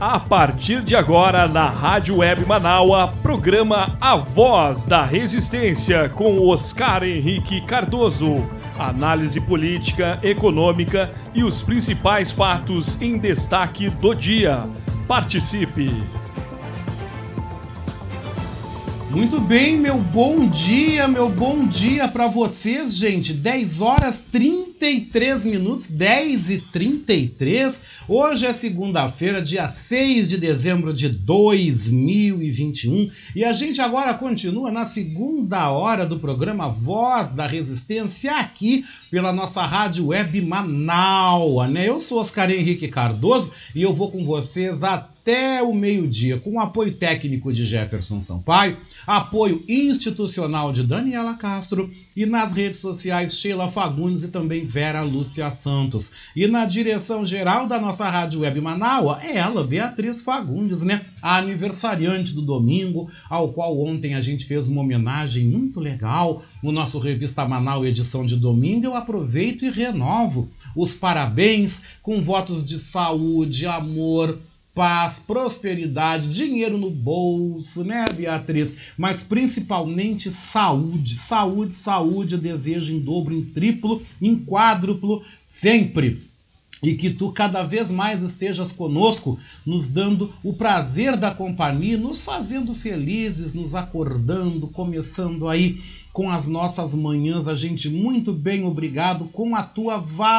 A partir de agora, na Rádio Web Manaua, programa A Voz da Resistência, com Oscar Henrique Cardoso. Análise política, econômica e os principais fatos em destaque do dia. Participe! Muito bem, meu bom dia para vocês, gente. 10 horas 33 minutos, 10h33. Hoje é segunda-feira, dia 6 de dezembro de 2021. E a gente agora continua na segunda hora do programa Voz da Resistência, aqui pela nossa Rádio Web Manaua, né? Eu sou Oscar Henrique Cardoso e eu vou com vocês até o meio-dia, com o apoio técnico de Jefferson Sampaio, apoio institucional de Daniela Castro e nas redes sociais Sheila Fagundes e também Vera Lúcia Santos. E na direção geral da nossa Rádio Web Manaua é ela, Beatriz Fagundes, né? A aniversariante do domingo, ao qual ontem a gente fez uma homenagem muito legal no nosso Revista Manaua edição de domingo. Eu aproveito e renovo os parabéns com votos de saúde, amor, paz, prosperidade, dinheiro no bolso, né, Beatriz? Mas principalmente saúde, saúde, saúde. Eu desejo em dobro, em triplo, em quádruplo, sempre. E que tu cada vez mais estejas conosco, nos dando o prazer da companhia, nos fazendo felizes, nos acordando, começando aí com as nossas manhãs. A gente, muito bem, obrigado, com a tua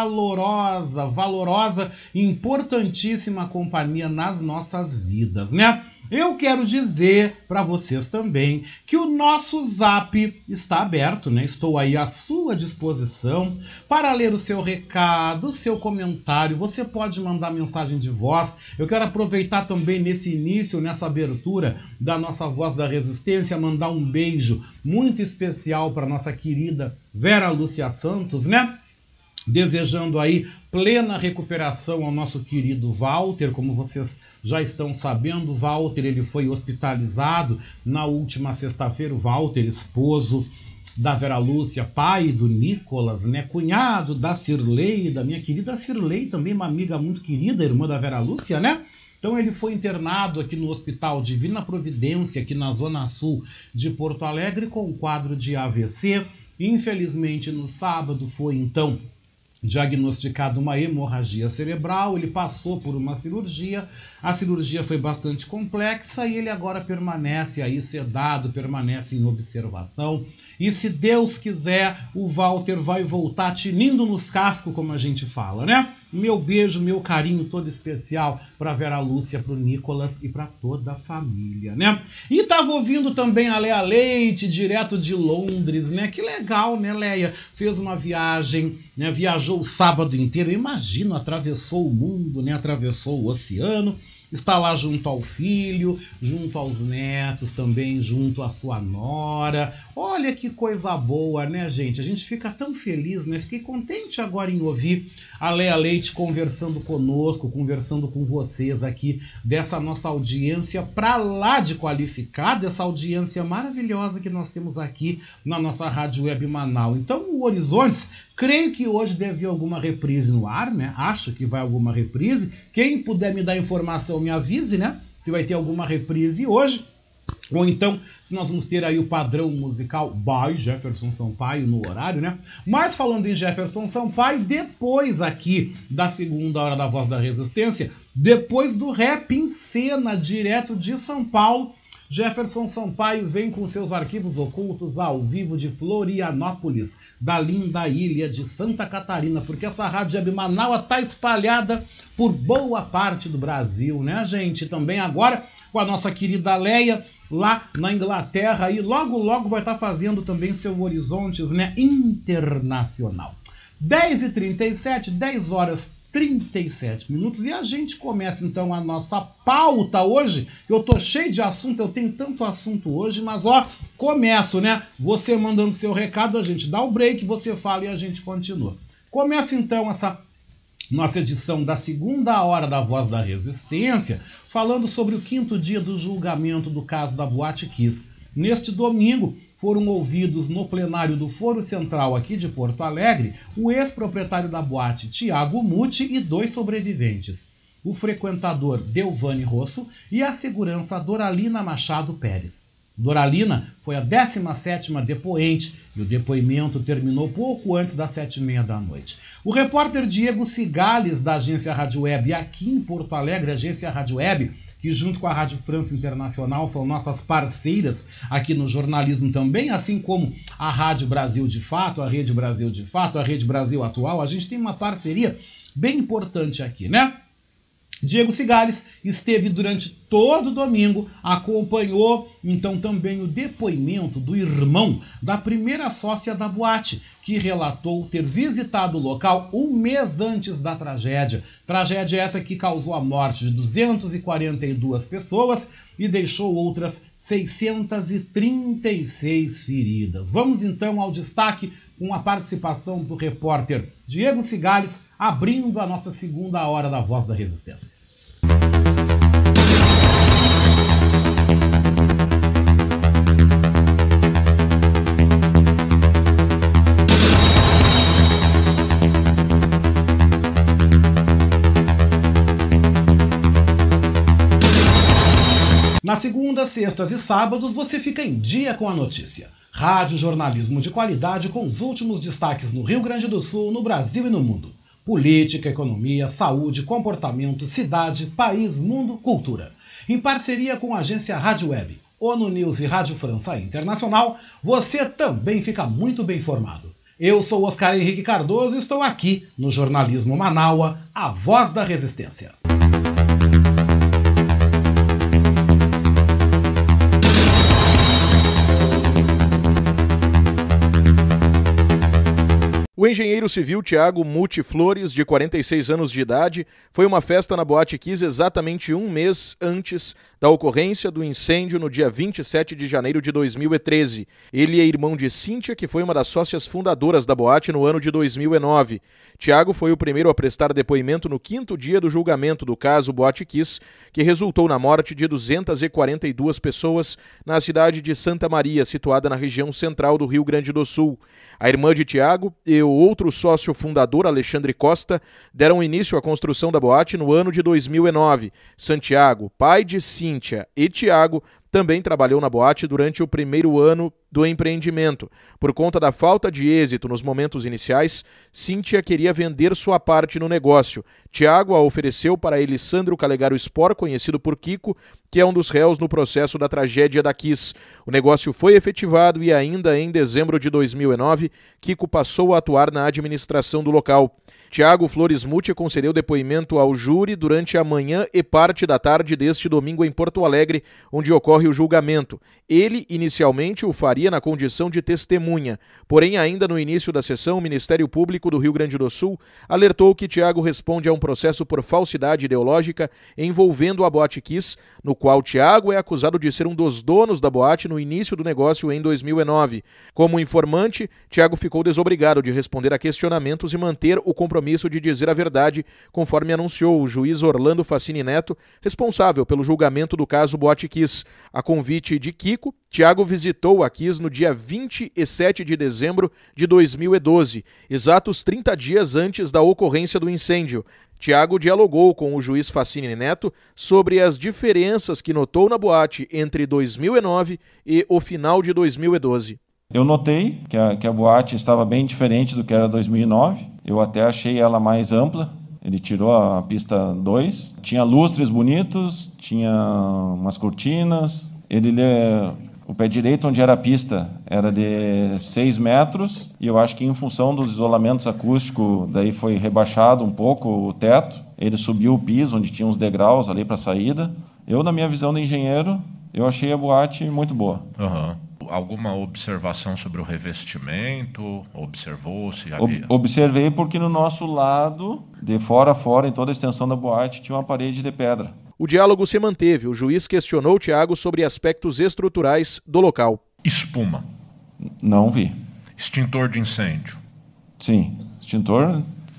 valorosa e importantíssima companhia nas nossas vidas, né? Eu quero dizer para vocês também que o nosso Zap está aberto, né? Estou aí à sua disposição para ler o seu recado, o seu comentário. Você pode mandar mensagem de voz. Eu quero aproveitar também nesse início, nessa abertura da nossa Voz da Resistência, mandar um beijo muito especial para nossa querida Vera Lúcia Santos, né? Desejando aí plena recuperação ao nosso querido Walter. Como vocês já estão sabendo, o Walter ele foi hospitalizado na última sexta-feira. O Walter, esposo da Vera Lúcia, pai do Nicolas, né? Cunhado da Cirlei, da minha querida Cirlei, também uma amiga muito querida, irmã da Vera Lúcia, né? Então ele foi internado aqui no Hospital Divina Providência, aqui na Zona Sul de Porto Alegre, com um quadro de AVC. Infelizmente, no sábado foi então diagnosticado uma hemorragia cerebral. Ele passou por uma cirurgia, a cirurgia foi bastante complexa e ele agora permanece aí sedado, permanece em observação. E se Deus quiser, o Walter vai voltar tinindo nos cascos, como a gente fala, né? Meu beijo, meu carinho todo especial para Vera Lúcia, para o Nicolas e para toda a família, né? E estava ouvindo também a Leia Leite, direto de Londres, né? Que legal, né, Leia? Fez uma viagem, né? Viajou o sábado inteiro, eu imagino, atravessou o mundo, né? Atravessou o oceano. Está lá junto ao filho, junto aos netos, também junto à sua nora. Olha que coisa boa, né, gente? A gente fica tão feliz, né? Fiquei contente agora em ouvir a Leia Leite conversando conosco, conversando com vocês aqui, dessa nossa audiência pra lá de qualificada, essa audiência maravilhosa que nós temos aqui na nossa Rádio Web Manaus. Então, o Horizontes, creio que hoje deve ir alguma reprise no ar, né? Acho que vai alguma reprise. Quem puder me dar informação, me avise, né? Se vai ter alguma reprise hoje. Ou então, se nós vamos ter aí o padrão musical by Jefferson Sampaio no horário, né? Mas falando em Jefferson Sampaio, depois aqui da segunda hora da Voz da Resistência, depois do Rap em Cena, direto de São Paulo, Jefferson Sampaio vem com seus arquivos ocultos ao vivo de Florianópolis, da linda ilha de Santa Catarina, porque essa Rádio Web Manaua está espalhada por boa parte do Brasil, né, gente? Também agora com a nossa querida Leia, lá na Inglaterra, e logo vai estar fazendo também seu Horizontes, né, internacional. 10h37, 10 horas 37 minutos, e a gente começa então a nossa pauta hoje. Eu tô cheio de assunto, eu tenho tanto assunto hoje, mas ó, começo, né? Você mandando seu recado, a gente dá o break, você fala e a gente continua. Começo então essa nossa edição da segunda hora da Voz da Resistência, falando sobre o 5º dia do julgamento do caso da Boate Kiss. Neste domingo, foram ouvidos no plenário do Foro Central aqui de Porto Alegre o ex-proprietário da boate, Thiago Muti, e 2 sobreviventes. o frequentador Delvani Rosso e a segurança Doralina Machado Pérez. Doralina foi a 17ª depoente e o depoimento terminou pouco antes das 7h30 da noite. O repórter Diego Cigales, da agência Rádio Web, aqui em Porto Alegre, a agência Rádio Web, que junto com a Rádio França Internacional são nossas parceiras aqui no jornalismo também, assim como a Rádio Brasil de Fato, a Rede Brasil de Fato, a Rede Brasil Atual, a gente tem uma parceria bem importante aqui, né? Diego Cigales esteve durante todo o domingo, acompanhou então também o depoimento do irmão da primeira sócia da boate, que relatou ter visitado o local um mês antes da tragédia. Tragédia essa que causou a morte de 242 pessoas e deixou outras 636 feridas. Vamos então ao destaque com a participação do repórter Diego Cigales, abrindo a nossa segunda hora da Voz da Resistência. Nas segundas, sextas e sábados você fica em dia com a notícia. Rádio jornalismo de qualidade com os últimos destaques no Rio Grande do Sul, no Brasil e no mundo. Política, economia, saúde, comportamento, cidade, país, mundo, cultura. Em parceria com a agência Rádio Web, ONU News e Rádio França Internacional, você também fica muito bem informado. Eu sou Oscar Henrique Cardoso e estou aqui no Jornalismo Manaua, a voz da resistência. O engenheiro civil Tiago Muti Flores, de 46 anos de idade, foi uma festa na Boate Kiss exatamente um mês antes da ocorrência do incêndio no dia 27 de janeiro de 2013. Ele é irmão de Cíntia, que foi uma das sócias fundadoras da boate no ano de 2009. Tiago foi o primeiro a prestar depoimento no 5º dia do julgamento do caso Boate Kiss, que resultou na morte de 242 pessoas na cidade de Santa Maria, situada na região central do Rio Grande do Sul. A irmã de Tiago e o outro sócio fundador, Alexandre Costa, deram início à construção da boate no ano de 2009. Santiago, pai de Cíntia e Tiago, também trabalhou na boate durante o primeiro ano do empreendimento. Por conta da falta de êxito nos momentos iniciais, Cíntia queria vender sua parte no negócio. Tiago a ofereceu para Elisandro Calegaro Spor, conhecido por Kiko, que é um dos réus no processo da tragédia da Kiss. O negócio foi efetivado e ainda em dezembro de 2009, Kiko passou a atuar na administração do local. Tiago Flores Muti concedeu depoimento ao júri durante a manhã e parte da tarde deste domingo em Porto Alegre, onde ocorre o julgamento. Ele, inicialmente, o faria na condição de testemunha. Porém, ainda no início da sessão, o Ministério Público do Rio Grande do Sul alertou que Tiago responde a um processo por falsidade ideológica envolvendo a Boate Kiss, no qual Tiago é acusado de ser um dos donos da boate no início do negócio em 2009. Como informante, Tiago ficou desobrigado de responder a questionamentos e manter o compromisso de dizer a verdade, conforme anunciou o juiz Orlando Facini Neto, responsável pelo julgamento do caso Boate Kiss. A convite de Kiko, Tiago visitou a Kiss no dia 27 de dezembro de 2012, exatos 30 dias antes da ocorrência do incêndio. Tiago dialogou com o juiz Facini Neto sobre as diferenças que notou na boate entre 2009 e o final de 2012. Eu notei que a boate estava bem diferente do que era 2009. Eu até achei ela mais ampla. Ele tirou a pista 2. Tinha lustres bonitos, tinha umas cortinas. O pé direito, onde era a pista, era de 6 metros. E eu acho que em função dos isolamentos acústicos, daí foi rebaixado um pouco o teto. Ele subiu o piso, onde tinha uns degraus ali para a saída. Eu, na minha visão de engenheiro, eu achei a boate muito boa. Uhum. Alguma observação sobre o revestimento? Observou se havia... Observei porque no nosso lado, de fora a fora, em toda a extensão da boate, tinha uma parede de pedra. O diálogo se manteve. O juiz questionou Tiago sobre aspectos estruturais do local. Espuma? Não vi. Extintor de incêndio? Sim. Extintor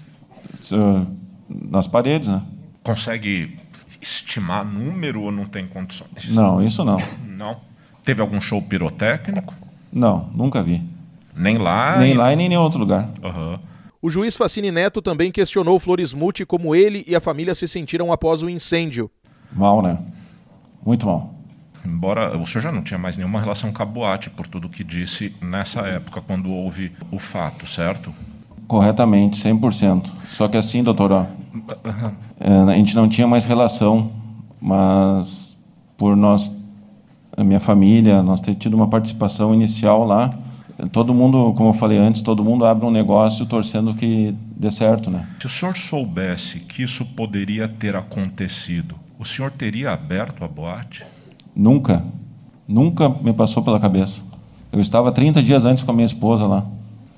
nas paredes, né? Consegue estimar número ou não tem condições? Não, isso não. Não? Teve algum show pirotécnico? Não, nunca vi. Nem lá? Nem lá e nem em nenhum outro lugar. Uhum. O juiz Facini Neto também questionou Flores Muti como ele e a família se sentiram após o incêndio. Mal, né? Muito mal. Embora o senhor já não tinha mais nenhuma relação com a boate, por tudo que disse nessa época, quando houve o fato, certo? Corretamente, 100%. Só que assim, doutor, a gente não tinha mais relação, mas por a minha família, nós ter tido uma participação inicial lá, todo mundo, como eu falei antes, todo mundo abre um negócio torcendo que dê certo, né? Se o senhor soubesse que isso poderia ter acontecido, o senhor teria aberto a boate? Nunca me passou pela cabeça. Eu estava 30 dias antes com a minha esposa lá.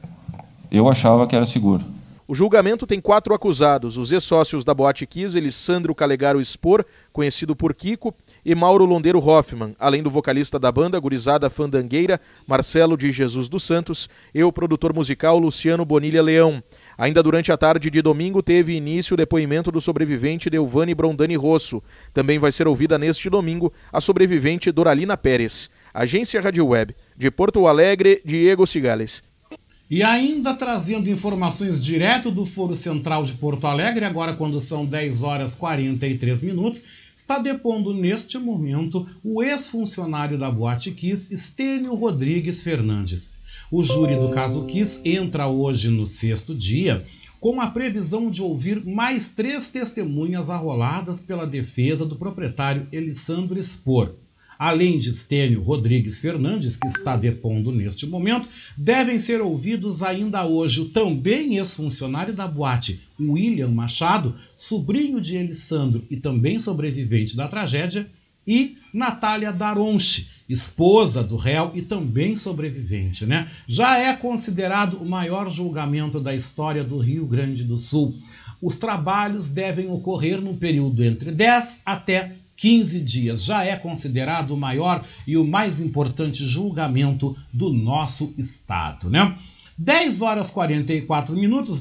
Eu achava que era seguro. O julgamento tem 4 acusados, os ex-sócios da Boate Kiss, Elisandro Calegaro Spor, conhecido por Kiko, e Mauro Londeiro Hoffman, além do vocalista da banda, gurizada fandangueira, Marcelo de Jesus dos Santos, e o produtor musical Luciano Bonilha Leão. Ainda durante a tarde de domingo teve início o depoimento do sobrevivente Delvani Brondani Rosso. Também vai ser ouvida neste domingo a sobrevivente Doralina Pérez. Agência Rádio Web, de Porto Alegre, Diego Cigales. E ainda trazendo informações direto do Foro Central de Porto Alegre, agora quando são 10 horas 43 minutos, está depondo neste momento o ex-funcionário da Boate Kiss, Estênio Rodrigues Fernandes. O júri do caso Kiss entra hoje no 6º dia, com a previsão de ouvir mais 3 testemunhas arroladas pela defesa do proprietário Elisandro Spor. Além de Estênio Rodrigues Fernandes, que está depondo neste momento, devem ser ouvidos ainda hoje o também ex-funcionário da boate, William Machado, sobrinho de Elisandro e também sobrevivente da tragédia, e Natália Daronchi, esposa do réu e também sobrevivente, né? Já é considerado o maior julgamento da história do Rio Grande do Sul. Os trabalhos devem ocorrer num período entre 10 até 15 dias. Já é considerado o maior e o mais importante julgamento do nosso estado, né? 10 horas 44 minutos,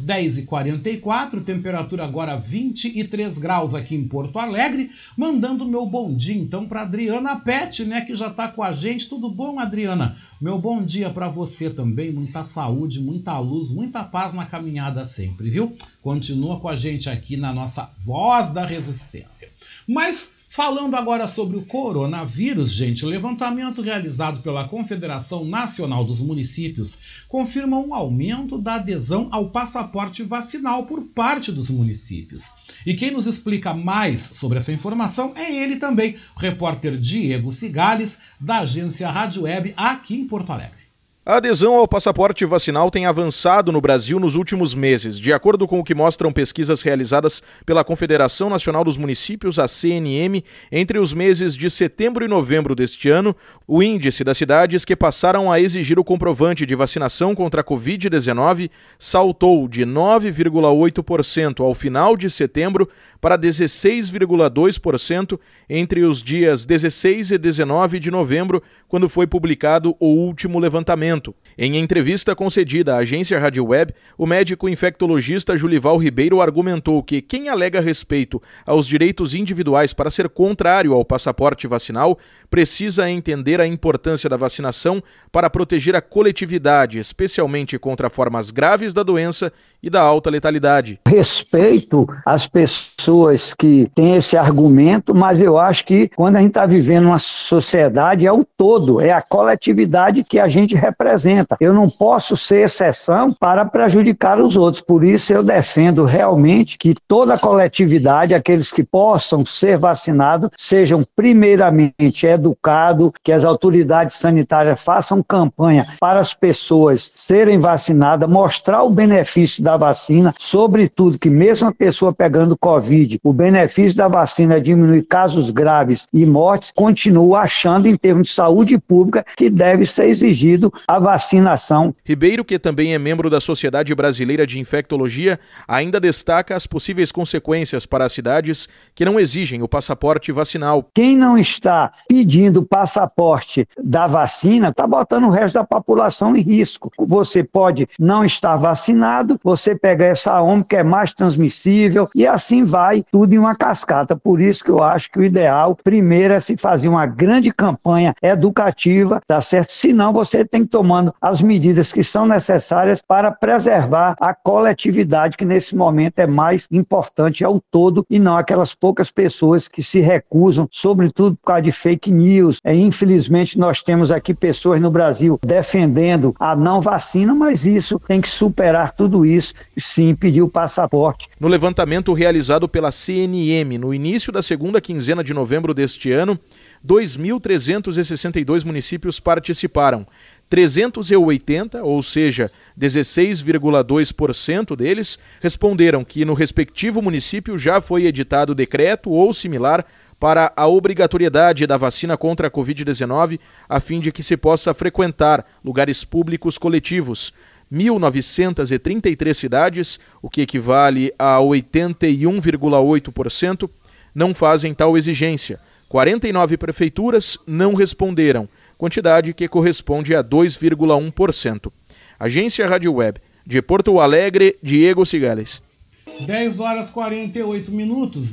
10h44, temperatura agora 23 graus aqui em Porto Alegre, mandando meu bom dia então para Adriana Pet, né, que já está com a gente. Tudo bom, Adriana? Meu bom dia para você também, muita saúde, muita luz, muita paz na caminhada sempre, viu? Continua com a gente aqui na nossa Voz da Resistência. Mas falando agora sobre o coronavírus, gente, o levantamento realizado pela Confederação Nacional dos Municípios confirma um aumento da adesão ao passaporte vacinal por parte dos municípios. E quem nos explica mais sobre essa informação é ele também, o repórter Diego Cigales, da agência Rádio Web aqui em Porto Alegre. A adesão ao passaporte vacinal tem avançado no Brasil nos últimos meses. De acordo com o que mostram pesquisas realizadas pela Confederação Nacional dos Municípios, a CNM, entre os meses de setembro e novembro deste ano, o índice das cidades que passaram a exigir o comprovante de vacinação contra a Covid-19 saltou de 9,8% ao final de setembro para 16,2% entre os dias 16 e 19 de novembro, quando foi publicado o último levantamento. Em entrevista concedida à agência Rádio Web, o médico infectologista Julival Ribeiro argumentou que quem alega respeito aos direitos individuais para ser contrário ao passaporte vacinal precisa entender a importância da vacinação para proteger a coletividade, especialmente contra formas graves da doença e da alta letalidade. Respeito às pessoas que têm esse argumento, mas eu acho que quando a gente está vivendo uma sociedade, é o todo, é a coletividade que a gente representa. Eu não posso ser exceção para prejudicar os outros. Por isso eu defendo realmente que toda a coletividade, aqueles que possam ser vacinados, sejam primeiramente educados, que as autoridades sanitárias façam campanha para as pessoas serem vacinadas, mostrar o benefício da vacina, sobretudo que mesmo a pessoa pegando Covid, o benefício da vacina é diminuir casos graves e mortes. Continuo achando, em termos de saúde pública, que deve ser exigido a vacinação. Ribeiro, que também é membro da Sociedade Brasileira de Infectologia, ainda destaca as possíveis consequências para as cidades que não exigem o passaporte vacinal. Quem não está pedindo o passaporte da vacina está botando o resto da população em risco. Você pode não estar vacinado, você pega essa onda que é mais transmissível e assim vai tudo em uma cascata. Por isso que eu acho que o ideal primeiro é se fazer uma grande campanha educativa, tá certo? Senão você tem que tomar tomando as medidas que são necessárias para preservar a coletividade, que nesse momento é mais importante ao todo e não aquelas poucas pessoas que se recusam, sobretudo por causa de fake news. Infelizmente, nós temos aqui pessoas no Brasil defendendo a não vacina, mas isso tem que superar tudo isso e sim pedir o passaporte. No levantamento realizado pela CNM no início da segunda quinzena de novembro deste ano, 2.362 municípios participaram. 380, ou seja, 16,2% deles, responderam que no respectivo município já foi editado decreto ou similar para a obrigatoriedade da vacina contra a Covid-19, a fim de que se possa frequentar lugares públicos coletivos. 1.933 cidades, o que equivale a 81,8%, não fazem tal exigência. 49 prefeituras não responderam, quantidade que corresponde a 2,1%. Agência Rádio Web, de Porto Alegre, Diego Cigales. 10 horas 48 minutos,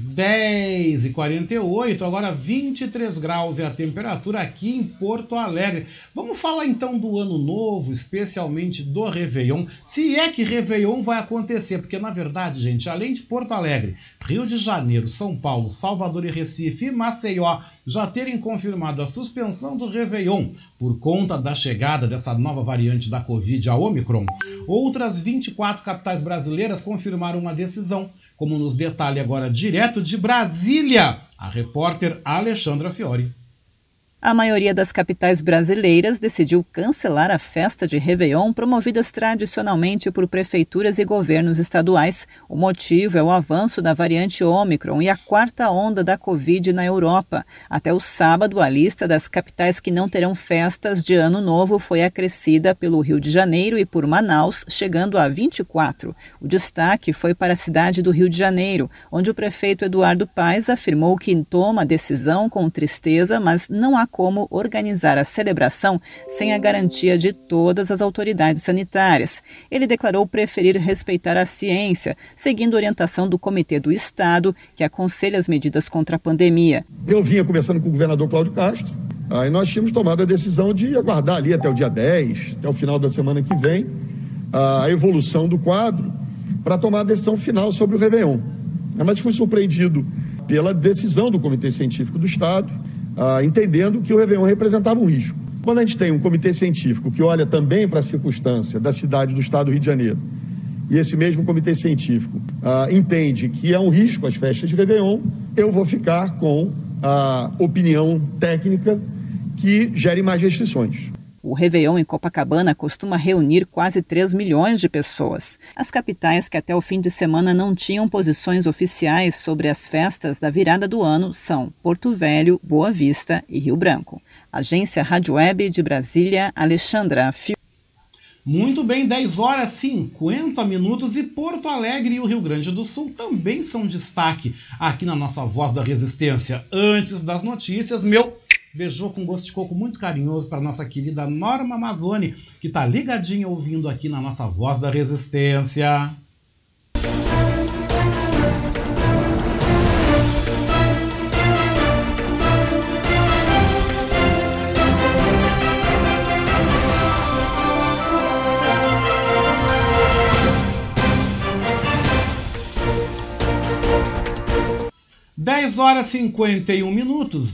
10h48, agora 23 graus é a temperatura aqui em Porto Alegre. Vamos falar então do Ano Novo, especialmente do Réveillon, se é que Réveillon vai acontecer, porque na verdade, gente, além de Porto Alegre, Rio de Janeiro, São Paulo, Salvador e Recife e Maceió já terem confirmado a suspensão do Réveillon por conta da chegada dessa nova variante da Covid, a Omicron, outras 24 capitais brasileiras confirmaram uma decisão, como nos detalha agora direto de Brasília, a repórter Alexandra Fiori. A maioria das capitais brasileiras decidiu cancelar a festa de Réveillon promovidas tradicionalmente por prefeituras e governos estaduais. O motivo é o avanço da variante Ômicron e a quarta onda da Covid na Europa. Até o sábado, a lista das capitais que não terão festas de Ano Novo foi acrescida pelo Rio de Janeiro e por Manaus, chegando a 24. O destaque foi para a cidade do Rio de Janeiro, onde o prefeito Eduardo Paes afirmou que toma a decisão com tristeza, mas não há como organizar a celebração sem a garantia de todas as autoridades sanitárias. Ele declarou preferir respeitar a ciência, seguindo a orientação do Comitê do Estado, que aconselha as medidas contra a pandemia. Eu vinha conversando com o governador Cláudio Castro, aí nós tínhamos tomado a decisão de aguardar ali até o dia 10, até o final da semana que vem, a evolução do quadro, para tomar a decisão final sobre o Réveillon. Mas fui surpreendido pela decisão do Comitê Científico do Estado, entendendo que o Réveillon representava um risco. Quando a gente tem um comitê científico que olha também para a circunstância da cidade do estado do Rio de Janeiro, e esse mesmo comitê científico entende que é um risco as festas de Réveillon, eu vou ficar com a opinião técnica que gere mais restrições. O Réveillon em Copacabana costuma reunir quase 3 milhões de pessoas. As capitais que até o fim de semana não tinham posições oficiais sobre as festas da virada do ano são Porto Velho, Boa Vista e Rio Branco. Agência Rádio Web de Brasília, Alexandra Fiori. Muito bem, 10 horas 50 minutos e Porto Alegre e o Rio Grande do Sul também são destaque aqui na nossa Voz da Resistência. Antes das notícias, beijou com gosto de coco muito carinhoso para nossa querida Norma Mazzoni, que está ligadinha ouvindo aqui na nossa Voz da Resistência. Dez horas 51 minutos,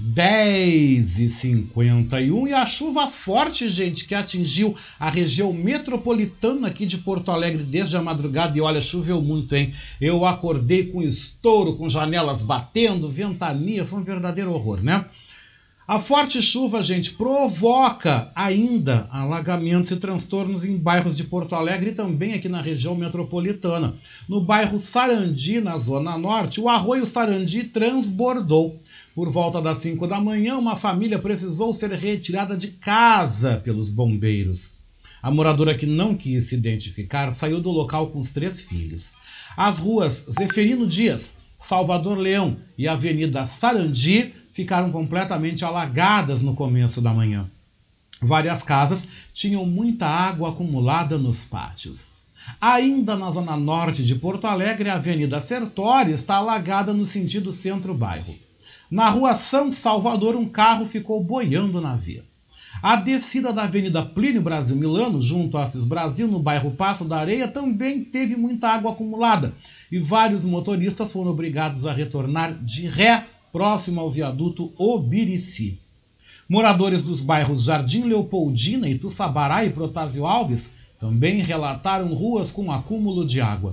10h51, e a chuva forte, gente, que atingiu a região metropolitana aqui de Porto Alegre desde a madrugada, e olha, choveu muito, hein? Eu acordei com estouro, com janelas batendo, ventania, foi um verdadeiro horror, né? A forte chuva, gente, provoca ainda alagamentos e transtornos em bairros de Porto Alegre e também aqui na região metropolitana. No bairro Sarandi, na Zona Norte, o arroio Sarandi transbordou. Por volta das 5 da manhã, uma família precisou ser retirada de casa pelos bombeiros. A moradora, que não quis se identificar, saiu do local com os 3 filhos. As ruas Zeferino Dias, Salvador Leão e Avenida Sarandi ficaram completamente alagadas no começo da manhã. Várias casas tinham muita água acumulada nos pátios. Ainda na zona norte de Porto Alegre, a Avenida Sertório está alagada no sentido centro-bairro. Na rua São Salvador, um carro ficou boiando na via. A descida da Avenida Plínio Brasil Milano, junto a Assis Brasil, no bairro Passo da Areia, também teve muita água acumulada e vários motoristas foram obrigados a retornar de ré próximo ao viaduto Obirici. Moradores dos bairros Jardim Leopoldina, Ituçabará e Protásio Alves também relataram ruas com acúmulo de água.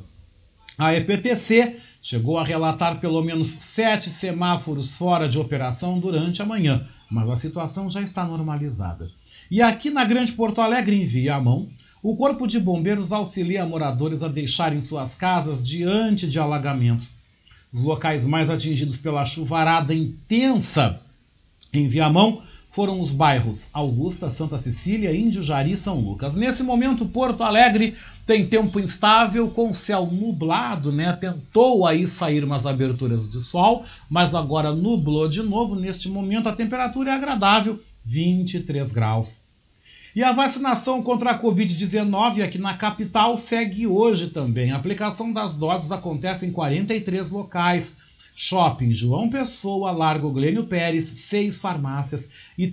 A EPTC chegou a relatar pelo menos 7 semáforos fora de operação durante a manhã, mas a situação já está normalizada. E aqui na Grande Porto Alegre, em Viamão, o Corpo de Bombeiros auxilia moradores a deixarem suas casas diante de alagamentos. Os locais mais atingidos pela chuvarada intensa em Viamão foram os bairros Augusta, Santa Cecília, Índio Jari e São Lucas. Nesse momento, Porto Alegre tem tempo instável, com céu nublado, né? Tentou aí sair umas aberturas de sol, mas agora nublou de novo. Neste momento, a temperatura é agradável, 23 graus. E a vacinação contra a Covid-19 aqui na capital segue hoje também. A aplicação das doses acontece em 43 locais. Shopping João Pessoa, Largo Glênio Pérez, 6 farmácias e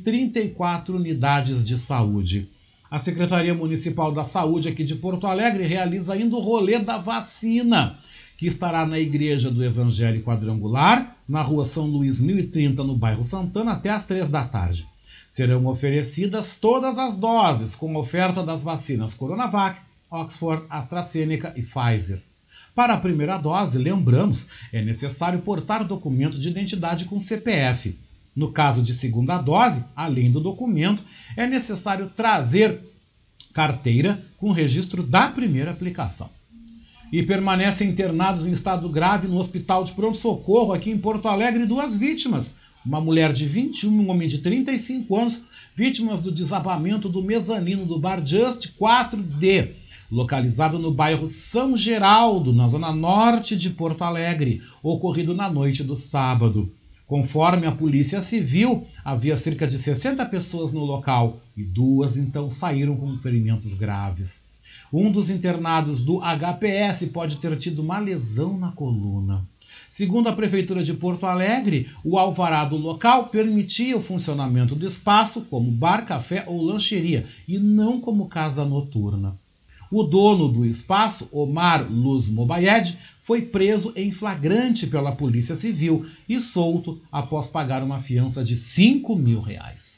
34 unidades de saúde. A Secretaria Municipal da Saúde aqui de Porto Alegre realiza ainda o rolê da vacina, que estará na Igreja do Evangelho Quadrangular, na Rua São Luís 1030, no bairro Santana, até às 3 da tarde. Serão oferecidas todas as doses, com oferta das vacinas Coronavac, Oxford, AstraZeneca e Pfizer. Para a primeira dose, lembramos, é necessário portar documento de identidade com CPF. No caso de segunda dose, além do documento, é necessário trazer carteira com registro da primeira aplicação. E permanecem internados em estado grave no Hospital de Pronto-Socorro aqui em Porto Alegre 2 vítimas. Uma mulher de 21 e um homem de 35 anos, vítimas do desabamento do mezanino do Bar Just 4D, localizado no bairro São Geraldo, na zona norte de Porto Alegre, ocorrido na noite do sábado. Conforme a Polícia Civil, havia cerca de 60 pessoas no local e 2 então saíram com ferimentos graves. Um dos internados do HPS pode ter tido uma lesão na coluna. Segundo a Prefeitura de Porto Alegre, o alvará do local permitia o funcionamento do espaço como bar, café ou lancheria e não como casa noturna. O dono do espaço, Omar Luz Mobayed, foi preso em flagrante pela Polícia Civil e solto após pagar uma fiança de R$5.000.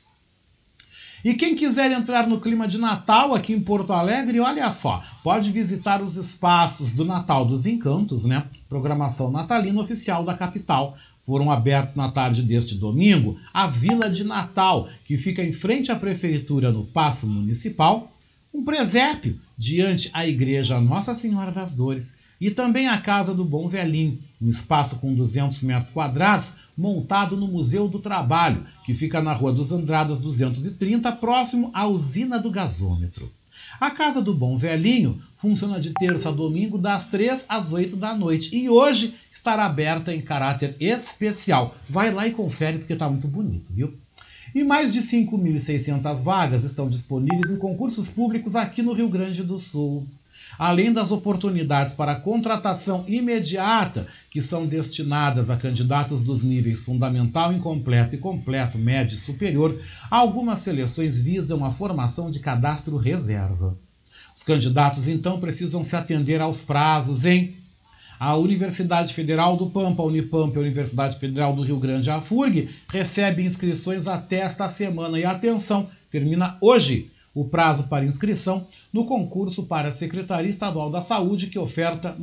E quem quiser entrar no clima de Natal aqui em Porto Alegre, olha só, pode visitar os espaços do Natal dos Encantos, né? Programação natalina oficial da capital. Foram abertos na tarde deste domingo a Vila de Natal, que fica em frente à Prefeitura no Paço Municipal, um presépio diante a Igreja Nossa Senhora das Dores e também a Casa do Bom Velhinho, um espaço com 200 metros quadrados montado no Museu do Trabalho, que fica na Rua dos Andradas 230, próximo à usina do gasômetro. A Casa do Bom Velhinho funciona de terça a domingo das 3 às 8 da noite e hoje estará aberta em caráter especial. Vai lá e confere porque está muito bonito, viu? E mais de 5.600 vagas estão disponíveis em concursos públicos aqui no Rio Grande do Sul. Além das oportunidades para contratação imediata, que são destinadas a candidatos dos níveis fundamental, incompleto e completo, médio e superior, algumas seleções visam a formação de cadastro reserva. Os candidatos, então, precisam se atender aos prazos em a Universidade Federal do Pampa, a Unipampa e a Universidade Federal do Rio Grande, a FURG, recebe inscrições até esta semana. E atenção, termina hoje o prazo para inscrição no concurso para a Secretaria Estadual da Saúde, que oferta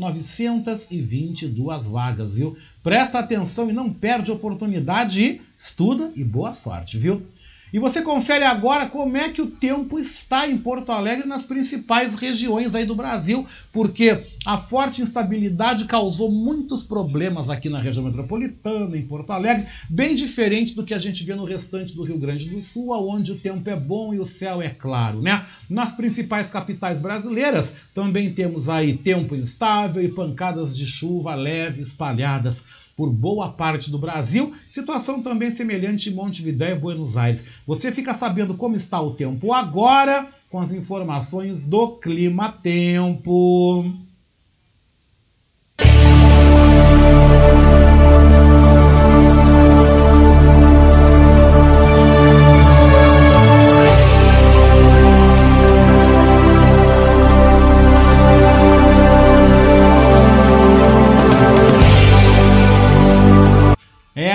922 vagas, viu? Presta atenção e não perde a oportunidade e estuda e boa sorte, viu? E você confere agora como é que o tempo está em Porto Alegre nas principais regiões aí do Brasil, porque a forte instabilidade causou muitos problemas aqui na região metropolitana, em Porto Alegre, bem diferente do que a gente vê no restante do Rio Grande do Sul, onde o tempo é bom e o céu é claro, né? Nas principais capitais brasileiras também temos aí tempo instável e pancadas de chuva leve espalhadas por boa parte do Brasil, situação também semelhante em Montevidéu e Buenos Aires. Você fica sabendo como está o tempo agora com as informações do Clima Tempo.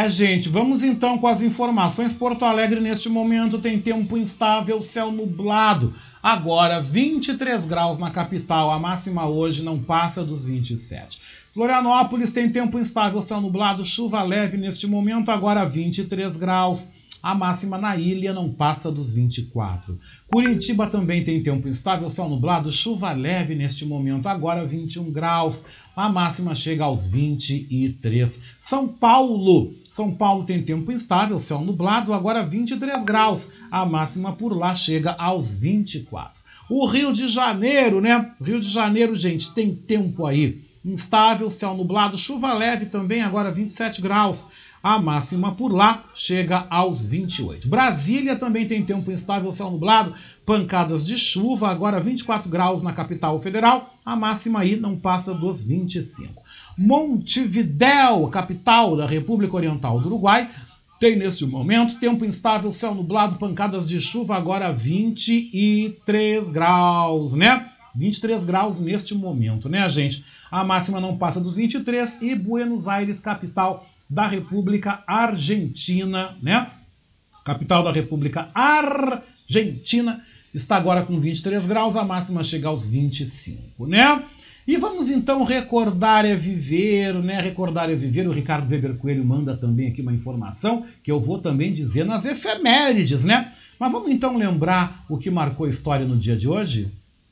Gente, vamos então com as informações. Porto Alegre neste momento tem tempo instável, céu nublado. Agora 23 graus na capital, a máxima hoje não passa dos 27. Florianópolis tem tempo instável, céu nublado, chuva leve neste momento, agora 23 graus. A máxima na ilha não passa dos 24. Curitiba também tem tempo instável, céu nublado, chuva leve neste momento, agora 21 graus. A máxima chega aos 23. São Paulo tem tempo instável, céu nublado, agora 23 graus. A máxima por lá chega aos 24. O Rio de Janeiro, né? Rio de Janeiro, gente, tem tempo aí instável, céu nublado, chuva leve também, agora 27 graus. A máxima por lá chega aos 28. Brasília também tem tempo instável, céu nublado, pancadas de chuva, agora 24 graus na capital federal. A máxima aí não passa dos 25. Montevidéu, capital da República Oriental do Uruguai, tem neste momento tempo instável, céu nublado, pancadas de chuva, agora 23 graus, né? 23 graus neste momento, né, gente? A máxima não passa dos 23. E Buenos Aires, capital da República Argentina, né? Capital da República Argentina, está agora com 23 graus, a máxima chega aos 25, né? E vamos então recordar é viver, né? Recordar é viver. O Ricardo Weber Coelho manda também aqui uma informação que eu vou também dizer nas efemérides, né? Mas vamos então lembrar o que marcou a história no dia de hoje?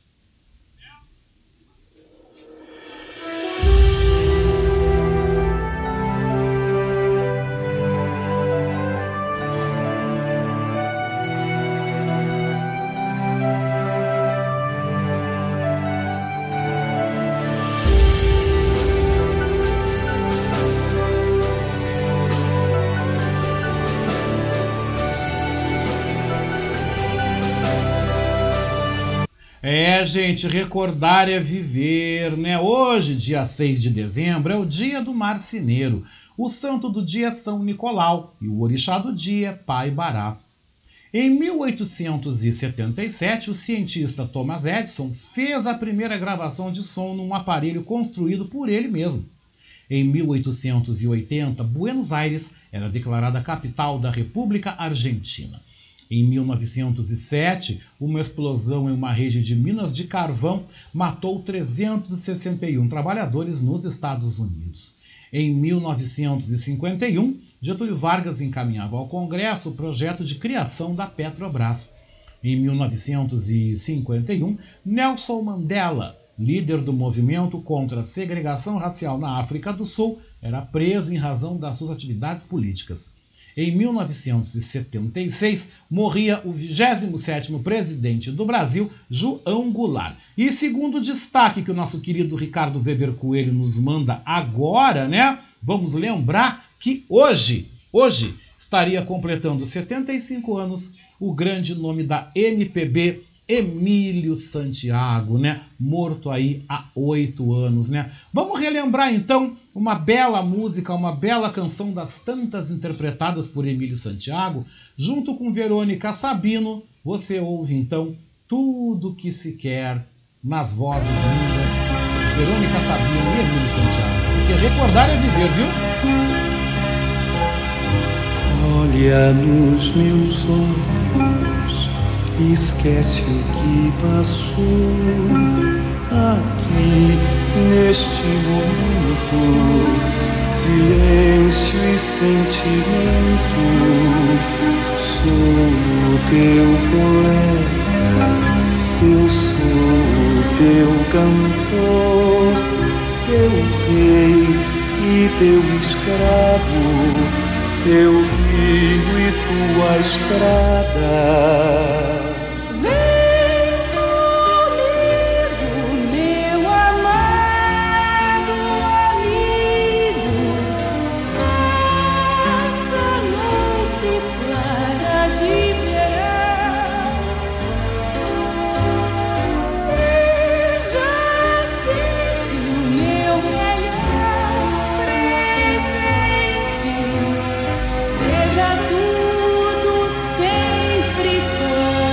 Gente, recordar é viver, né? Hoje, dia 6 de dezembro, é o dia do marceneiro. O santo do dia é São Nicolau e o orixá do dia é Pai Bará. Em 1877, o cientista Thomas Edison fez a primeira gravação de som num aparelho construído por ele mesmo. Em 1880, Buenos Aires era declarada capital da República Argentina. Em 1907, uma explosão em uma rede de minas de carvão matou 361 trabalhadores nos Estados Unidos. Em 1951, Getúlio Vargas encaminhava ao Congresso o projeto de criação da Petrobras. Em 1951, Nelson Mandela, líder do movimento contra a segregação racial na África do Sul, era preso em razão das suas atividades políticas. Em 1976, morria o 27º presidente do Brasil, João Goulart. E segundo destaque que o nosso querido Ricardo Weber Coelho nos manda agora, né? Vamos lembrar que hoje estaria completando 75 anos o grande nome da MPB, Emílio Santiago, né? Morto aí há 8 anos, né? Vamos relembrar então uma bela música, uma bela canção das tantas interpretadas por Emílio Santiago, junto com Verônica Sabino. Você ouve então Tudo Que Se Quer, nas vozes lindas de Verônica Sabino e Emílio Santiago. Porque recordar é viver, viu? Olha nos meus olhos, esquece o que passou aqui neste momento. Silêncio e sentimento. Sou o teu poeta, eu sou o teu cantor, teu rei e teu escravo, teu rio e tua estrada. Tudo sempre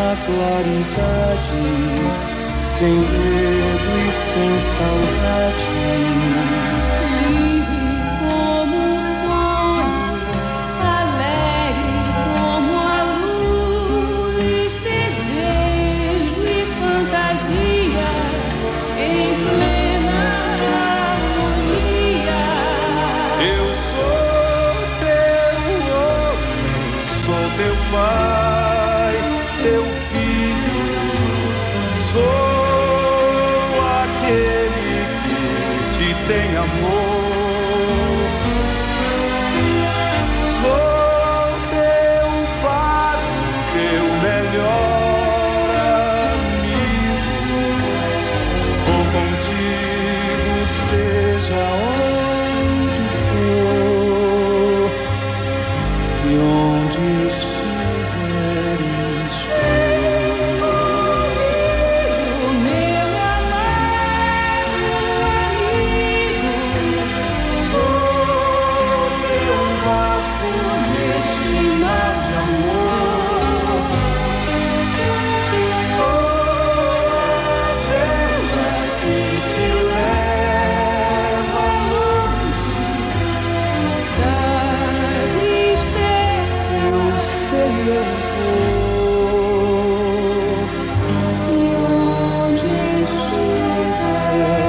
na claridade, sem medo e sem saudade. Livre como um sonho, alegre como a luz, desejo e fantasia em plena harmonia. Eu sou teu homem, sou teu pai, teu filho, sou aquele que te tem amor. Sou teu pai, teu melhor amigo. Vou contigo, seja onde for e onde estiveres. O meu amado amigo, sou teu barco neste mar de amor. Sou a vela que te leva longe da tristeza. Eu sei, eu vou E onde estiveres.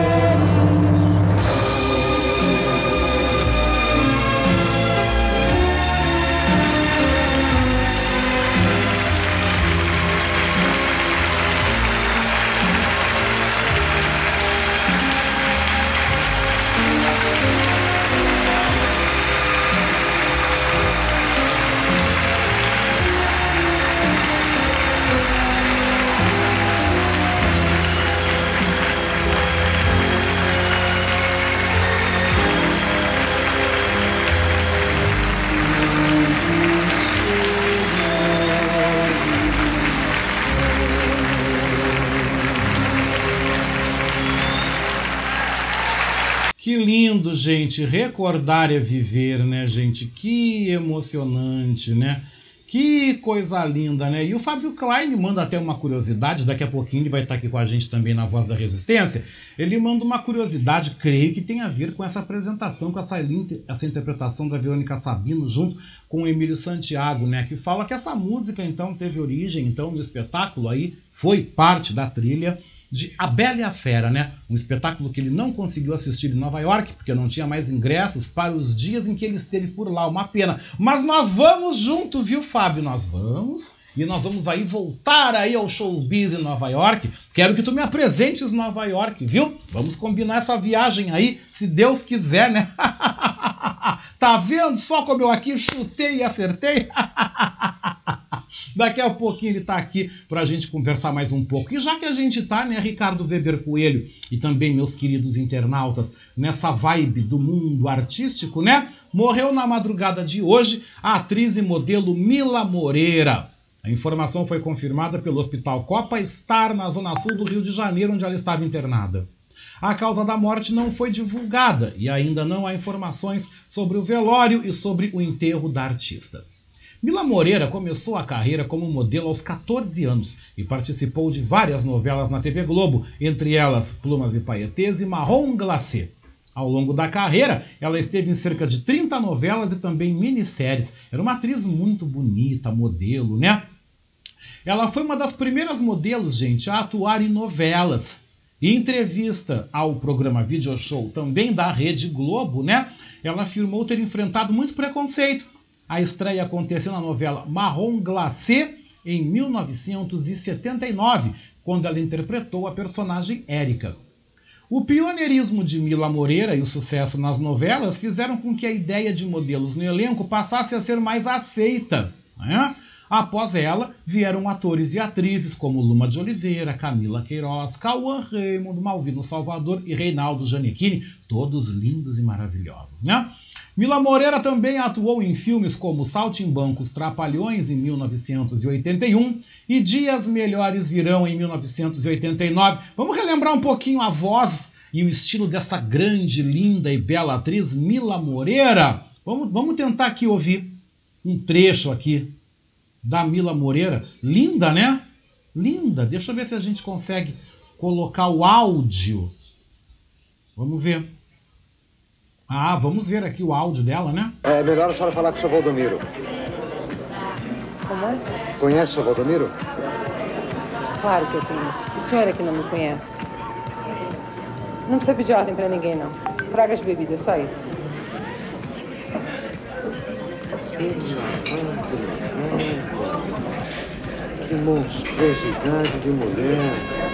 Que lindo, gente. Recordar é viver, né, gente? Que emocionante, né? Que coisa linda, né? E o Fábio Klein manda até uma curiosidade, daqui a pouquinho ele vai estar aqui com a gente também na Voz da Resistência. Ele manda uma curiosidade, creio que tem a ver com essa apresentação, com essa interpretação da Verônica Sabino junto com o Emílio Santiago, né? Que fala que essa música, então, teve origem, então, no espetáculo aí, foi parte da trilha de A Bela e a Fera, né? Um espetáculo que ele não conseguiu assistir em Nova York, porque não tinha mais ingressos para os dias em que ele esteve por lá. Uma pena. Mas nós vamos junto, viu, Fábio? Nós vamos. E nós vamos aí voltar aí ao showbiz em Nova York. Quero que tu me apresentes Nova York, viu? Vamos combinar essa viagem aí, se Deus quiser, né? Tá vendo só como eu aqui chutei e acertei? Daqui a pouquinho ele tá aqui pra gente conversar mais um pouco. E já que a gente tá, né, Ricardo Weber Coelho e também meus queridos internautas, nessa vibe do mundo artístico, né? Morreu na madrugada de hoje a atriz e modelo Mila Moreira. A informação foi confirmada pelo Hospital Copa Star, na zona sul do Rio de Janeiro, onde ela estava internada. A causa da morte não foi divulgada e ainda não há informações sobre o velório e sobre o enterro da artista. Mila Moreira começou a carreira como modelo aos 14 anos e participou de várias novelas na TV Globo, entre elas Plumas e Paetês e Marrom Glacé. Ao longo da carreira, ela esteve em cerca de 30 novelas e também minisséries. Era uma atriz muito bonita, modelo, né? Ela foi uma das primeiras modelos, gente, a atuar em novelas. Em entrevista ao programa Video Show, também da Rede Globo, né? Ela afirmou ter enfrentado muito preconceito. A estreia aconteceu na novela Marrom Glacé em 1979, quando ela interpretou a personagem Érica. O pioneirismo de Mila Moreira e o sucesso nas novelas fizeram com que a ideia de modelos no elenco passasse a ser mais aceita, né? Após ela, vieram atores e atrizes como Luma de Oliveira, Camila Queiroz, Cauã Raymond, Malvino Salvador e Reinaldo Giannichini, todos lindos e maravilhosos, né? Mila Moreira também atuou em filmes como Saltimbancos Trapalhões, em 1981, e Dias Melhores Virão, em 1989. Vamos relembrar um pouquinho a voz e o estilo dessa grande, linda e bela atriz, Mila Moreira? Vamos tentar aqui ouvir um trecho aqui da Mila Moreira. Linda, né? Linda. Deixa eu ver se a gente consegue colocar o áudio. Vamos ver. Vamos ver aqui o áudio dela, né? É melhor a senhora falar com o seu Valdomiro. Como é? Conhece o seu Valdomiro? Claro que eu conheço. O senhor é que não me conhece. Não precisa pedir ordem pra ninguém, não. Traga as bebidas, só isso. Que monstruosidade de mulher.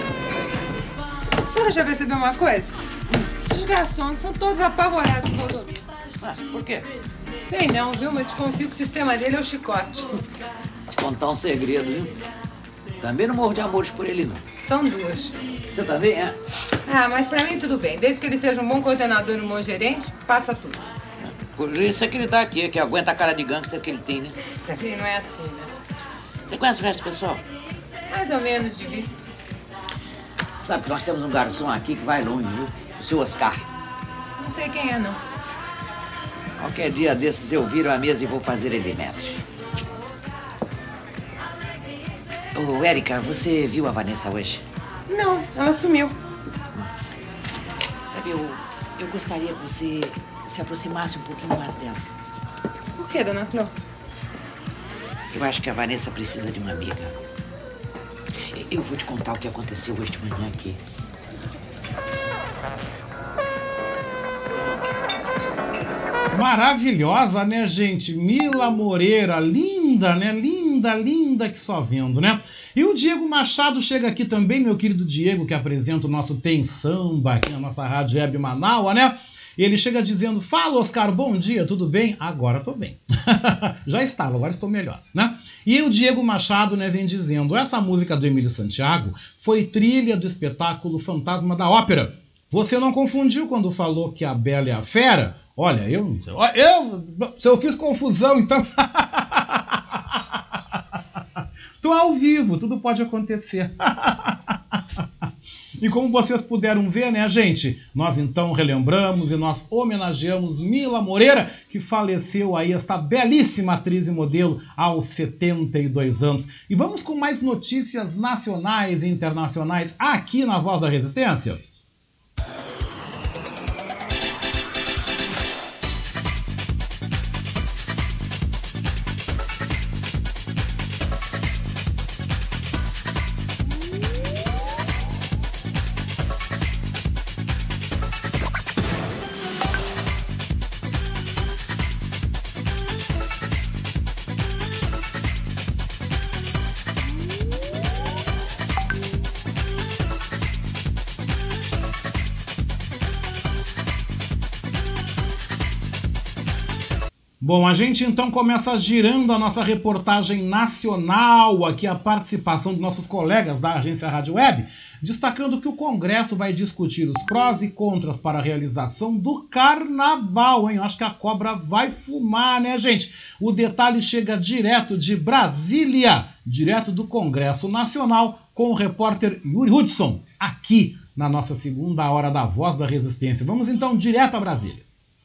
A senhora já percebeu uma coisa? Os garçons são todos apavorados com o Valdomiro. Por quê? Sei não, viu? Mas desconfio que o sistema dele é o chicote. Te contar um segredo, viu? Também não morro de amores por ele, não. São duas. Você também é? Mas pra mim tudo bem. Desde que ele seja um bom coordenador e um bom gerente, passa tudo. Por isso é que ele tá aqui, que aguenta a cara de gangster que ele tem, né? Ele não é assim, né? Você conhece o resto do pessoal? Mais ou menos de vista. Sabe que nós temos um garçom aqui que vai longe, viu? O seu Oscar. Não sei quem é, não. Qualquer dia desses eu viro a mesa e vou fazer ele metros. Ô, Érica, você viu a Vanessa hoje? Não, ela sumiu. Sabe, eu gostaria que você se aproximasse um pouquinho mais dela. Por quê, dona Clô? Eu acho que a Vanessa precisa de uma amiga. Eu vou te contar o que aconteceu hoje de manhã aqui. Maravilhosa, né, gente? Mila Moreira, linda, né? Linda que só vendo, né? E o Diego Machado chega aqui também, meu querido Diego, que apresenta o nosso Tem Samba aqui na nossa Rádio Web Manaus, né? Ele chega dizendo: fala, Oscar, bom dia, tudo bem? Agora tô bem. Já estava, agora estou melhor, né? E o Diego Machado, né, vem dizendo: essa música do Emílio Santiago foi trilha do espetáculo Fantasma da Ópera. Você não confundiu quando falou que a Bela e a Fera? Olha, se eu fiz confusão, então... Tô ao vivo, tudo pode acontecer. E como vocês puderam ver, né, gente? Nós então relembramos e nós homenageamos Mila Moreira, que faleceu aí, esta belíssima atriz e modelo, aos 72 anos. E vamos com mais notícias nacionais e internacionais aqui na Voz da Resistência. Bom, a gente então começa girando a nossa reportagem nacional, aqui a participação dos nossos colegas da agência Rádio Web, destacando que o Congresso vai discutir os prós e contras para a realização do Carnaval, hein? Eu acho que a cobra vai fumar, né, gente? O detalhe chega direto de Brasília, direto do Congresso Nacional, com o repórter Yuri Hudson, aqui na nossa segunda hora da Voz da Resistência. Vamos então direto a Brasília.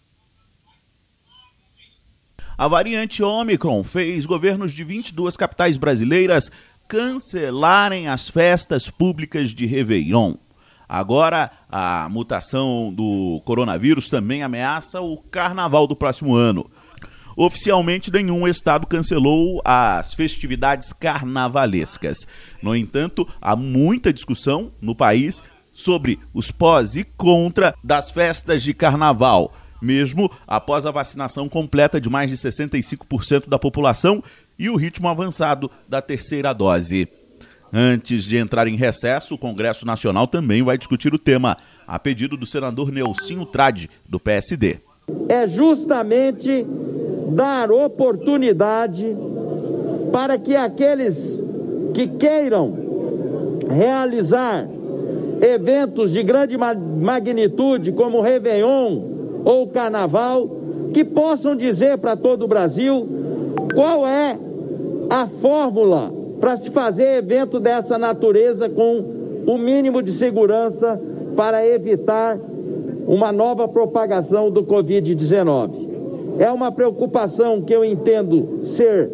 A variante Ômicron fez governos de 22 capitais brasileiras cancelarem as festas públicas de Réveillon. Agora, a mutação do coronavírus também ameaça o carnaval do próximo ano. Oficialmente, nenhum estado cancelou as festividades carnavalescas. No entanto, há muita discussão no país sobre os pós e contra das festas de carnaval, mesmo após a vacinação completa de mais de 65% da população e o ritmo avançado da terceira dose. Antes de entrar em recesso, o Congresso Nacional também vai discutir o tema, a pedido do senador Nelsinho Trade, do PSD. É justamente dar oportunidade para que aqueles que queiram realizar eventos de grande magnitude, como Réveillon ou Carnaval, que possam dizer para todo o Brasil qual é a fórmula para se fazer evento dessa natureza com o mínimo de segurança para evitar uma nova propagação do Covid-19. É uma preocupação que eu entendo ser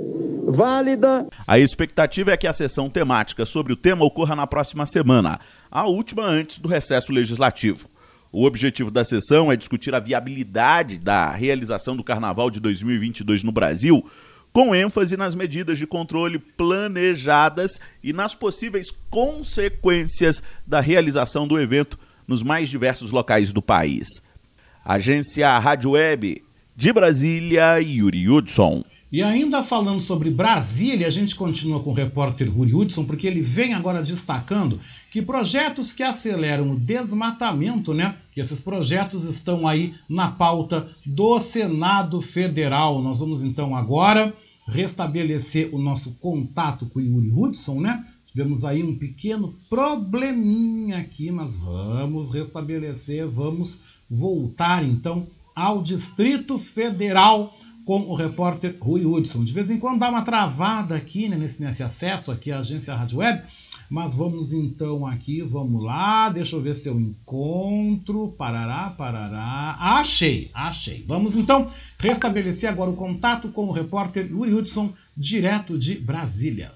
válida. A expectativa é que a sessão temática sobre o tema ocorra na próxima semana, a última antes do recesso legislativo. O objetivo da sessão é discutir a viabilidade da realização do Carnaval de 2022 no Brasil, com ênfase nas medidas de controle planejadas e nas possíveis consequências da realização do evento nos mais diversos locais do país. Agência Rádio Web de Brasília, Yuri Hudson. E ainda falando sobre Brasília, a gente continua com o repórter Yuri Hudson, porque ele vem agora destacando que projetos que aceleram o desmatamento, que esses projetos estão aí na pauta do Senado Federal. Nós vamos então agora restabelecer o nosso contato com o Yuri Hudson, Tivemos aí um pequeno probleminha aqui, mas vamos restabelecer, vamos voltar então ao Distrito Federal com o repórter Rui Hudson. De vez em quando dá uma travada aqui, nesse acesso aqui à Agência Rádio Web, mas vamos então aqui, vamos lá, deixa eu ver se eu encontro, parará, achei. Vamos então restabelecer agora o contato com o repórter Rui Hudson, direto de Brasília.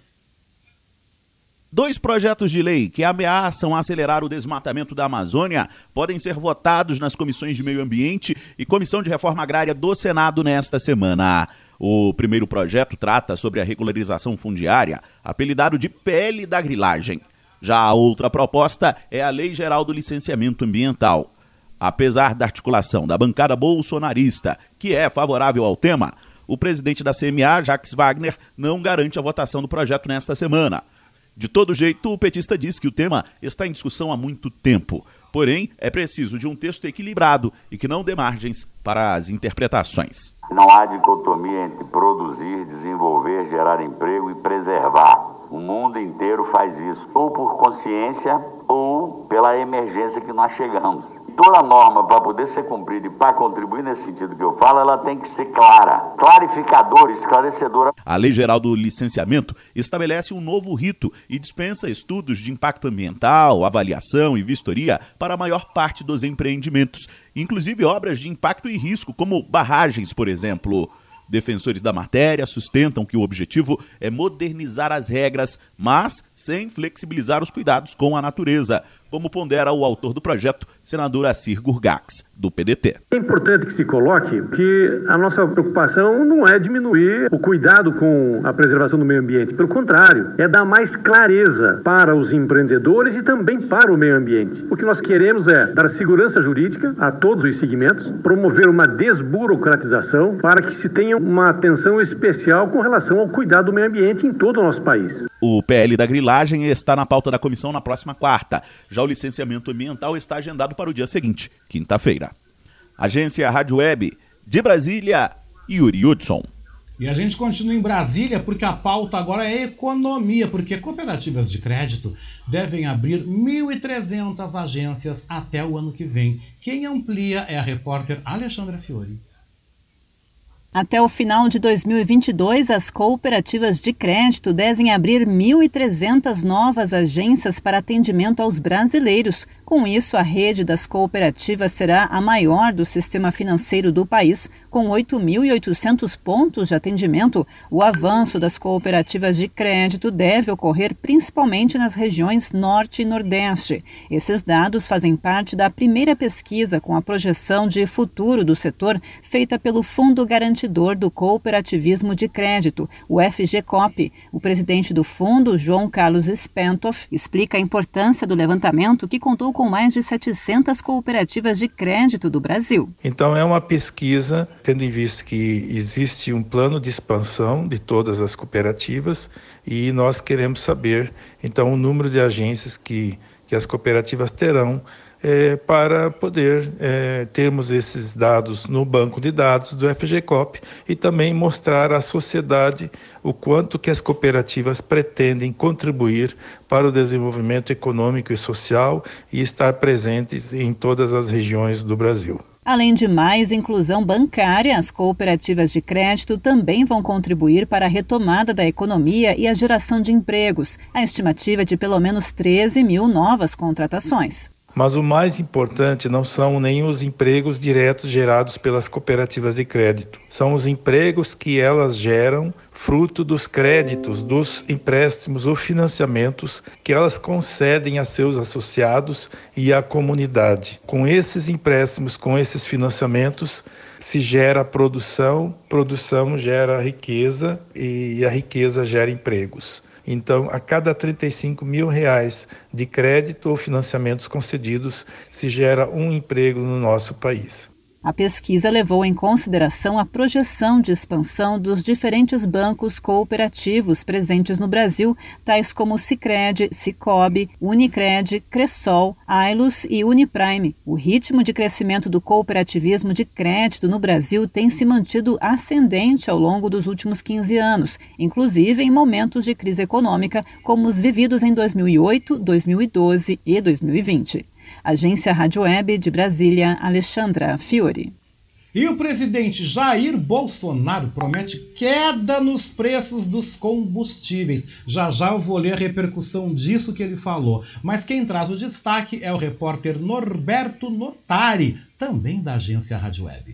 2 projetos de lei que ameaçam acelerar o desmatamento da Amazônia podem ser votados nas comissões de Meio Ambiente e Comissão de Reforma Agrária do Senado nesta semana. O primeiro projeto trata sobre a regularização fundiária, apelidado de PL da Grilagem. Já a outra proposta é a Lei Geral do Licenciamento Ambiental. Apesar da articulação da bancada bolsonarista, que é favorável ao tema, o presidente da CMA, Jacques Wagner, não garante a votação do projeto nesta semana. De todo jeito, o petista diz que o tema está em discussão há muito tempo. Porém, é preciso de um texto equilibrado e que não dê margens para as interpretações. Não há dicotomia entre produzir, desenvolver, gerar emprego e preservar. O mundo inteiro faz isso, ou por consciência ou pela emergência que nós chegamos. Toda norma, para poder ser cumprida e para contribuir nesse sentido que eu falo, ela tem que ser clara, clarificadora, esclarecedora. A Lei Geral do Licenciamento estabelece um novo rito e dispensa estudos de impacto ambiental, avaliação e vistoria para a maior parte dos empreendimentos, inclusive obras de impacto e risco, como barragens, por exemplo. Defensores da matéria sustentam que o objetivo é modernizar as regras, mas sem flexibilizar os cuidados com a natureza, como pondera o autor do projeto, senador Assir Gurgax, do PDT. É importante que se coloque que a nossa preocupação não é diminuir o cuidado com a preservação do meio ambiente. Pelo contrário, é dar mais clareza para os empreendedores e também para o meio ambiente. O que nós queremos é dar segurança jurídica a todos os segmentos, promover uma desburocratização para que se tenha uma atenção especial com relação ao cuidado do meio ambiente em todo o nosso país. O PL da Grilagem está na pauta da comissão na próxima quarta. Já o licenciamento ambiental está agendado para o dia seguinte, quinta-feira. Agência Rádio Web de Brasília, Yuri Hudson. E a gente continua em Brasília porque a pauta agora é economia, porque cooperativas de crédito devem abrir 1.300 agências até o ano que vem. Quem amplia é a repórter Alexandra Fiori. Até o final de 2022, as cooperativas de crédito devem abrir 1.300 novas agências para atendimento aos brasileiros. Com isso, a rede das cooperativas será a maior do sistema financeiro do país, com 8.800 pontos de atendimento. O avanço das cooperativas de crédito deve ocorrer principalmente nas regiões Norte e Nordeste. Esses dados fazem parte da primeira pesquisa com a projeção de futuro do setor, feita pelo Fundo Garantidor do Cooperativismo de Crédito, o FGCOP. O presidente do fundo, João Carlos Spentoff, explica a importância do levantamento, que contou com mais de 700 cooperativas de crédito do Brasil. Então é uma pesquisa, tendo em vista que existe um plano de expansão de todas as cooperativas e nós queremos saber, então, o número de agências que as cooperativas terão para poder termos esses dados no banco de dados do FGCOP e também mostrar à sociedade o quanto que as cooperativas pretendem contribuir para o desenvolvimento econômico e social e estar presentes em todas as regiões do Brasil. Além de mais inclusão bancária, as cooperativas de crédito também vão contribuir para a retomada da economia e a geração de empregos. A estimativa é de pelo menos 13 mil novas contratações. Mas o mais importante não são nem os empregos diretos gerados pelas cooperativas de crédito. São os empregos que elas geram fruto dos créditos, dos empréstimos ou financiamentos que elas concedem a seus associados e à comunidade. Com esses empréstimos, com esses financiamentos, se gera produção, produção gera riqueza e a riqueza gera empregos. Então, a cada R$35 mil de crédito ou financiamentos concedidos, se gera um emprego no nosso país. A pesquisa levou em consideração a projeção de expansão dos diferentes bancos cooperativos presentes no Brasil, tais como Sicredi, Sicobi, Unicred, Cressol, Ailus e Uniprime. O ritmo de crescimento do cooperativismo de crédito no Brasil tem se mantido ascendente ao longo dos últimos 15 anos, inclusive em momentos de crise econômica, como os vividos em 2008, 2012 e 2020. Agência Rádio Web de Brasília, Alexandra Fiori. E o presidente Jair Bolsonaro promete queda nos preços dos combustíveis. Já já eu vou ler a repercussão disso que ele falou. Mas quem traz o destaque é o repórter Norberto Notari, também da Agência Rádio Web.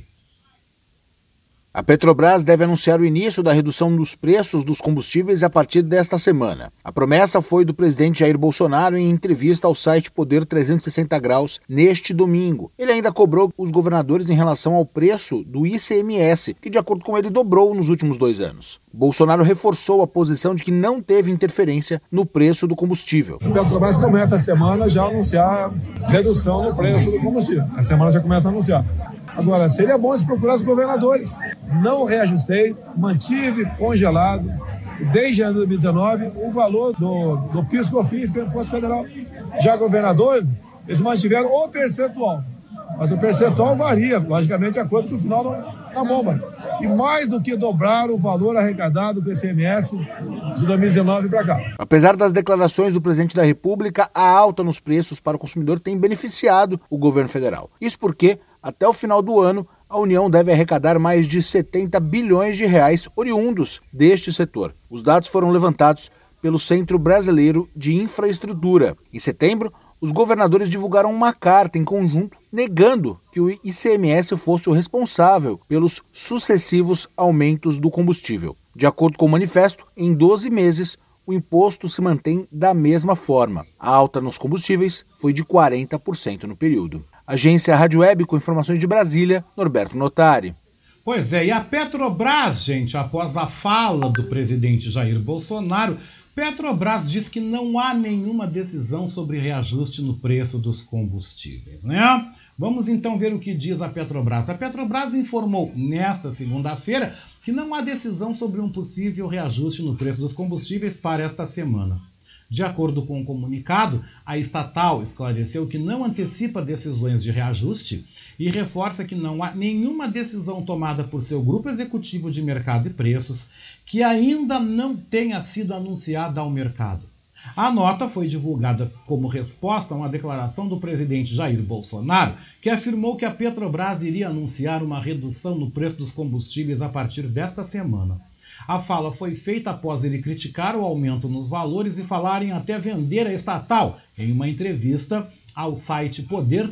A Petrobras deve anunciar o início da redução dos preços dos combustíveis a partir desta semana. A promessa foi do presidente Jair Bolsonaro em entrevista ao site Poder 360 Graus neste domingo. Ele ainda cobrou os governadores em relação ao preço do ICMS, que de acordo com ele dobrou nos últimos 2 anos. Bolsonaro reforçou a posição de que não teve interferência no preço do combustível. A Petrobras começa a semana já a anunciar redução no preço do combustível. A semana já começa a anunciar. Agora, seria bom se procurar os governadores. Não reajustei, mantive congelado, desde janeiro de 2019, o valor do PIS/COFINS, que é o Imposto Federal. Já governadores, eles mantiveram o percentual. Mas o percentual varia, logicamente, de acordo com o final da bomba. E mais do que dobrar o valor arrecadado com o ICMS de 2019 para cá. Apesar das declarações do presidente da República, a alta nos preços para o consumidor tem beneficiado o governo federal. Isso porque, até o final do ano, a União deve arrecadar mais de 70 bilhões de reais oriundos deste setor. Os dados foram levantados pelo Centro Brasileiro de Infraestrutura. Em setembro, os governadores divulgaram uma carta em conjunto negando que o ICMS fosse o responsável pelos sucessivos aumentos do combustível. De acordo com o manifesto, em 12 meses, o imposto se mantém da mesma forma. A alta nos combustíveis foi de 40% no período. Agência Rádio Web, com informações de Brasília, Norberto Notari. Pois é, e a Petrobras, gente, após a fala do presidente Jair Bolsonaro, Petrobras diz que não há nenhuma decisão sobre reajuste no preço dos combustíveis, né? Vamos então ver o que diz a Petrobras. A Petrobras informou nesta segunda-feira que não há decisão sobre um possível reajuste no preço dos combustíveis para esta semana. De acordo com o comunicado, a estatal esclareceu que não antecipa decisões de reajuste e reforça que não há nenhuma decisão tomada por seu grupo executivo de mercado e preços que ainda não tenha sido anunciada ao mercado. A nota foi divulgada como resposta a uma declaração do presidente Jair Bolsonaro, que afirmou que a Petrobras iria anunciar uma redução no preço dos combustíveis a partir desta semana. A fala foi feita após ele criticar o aumento nos valores e falar em até vender a estatal, em uma entrevista ao site Poder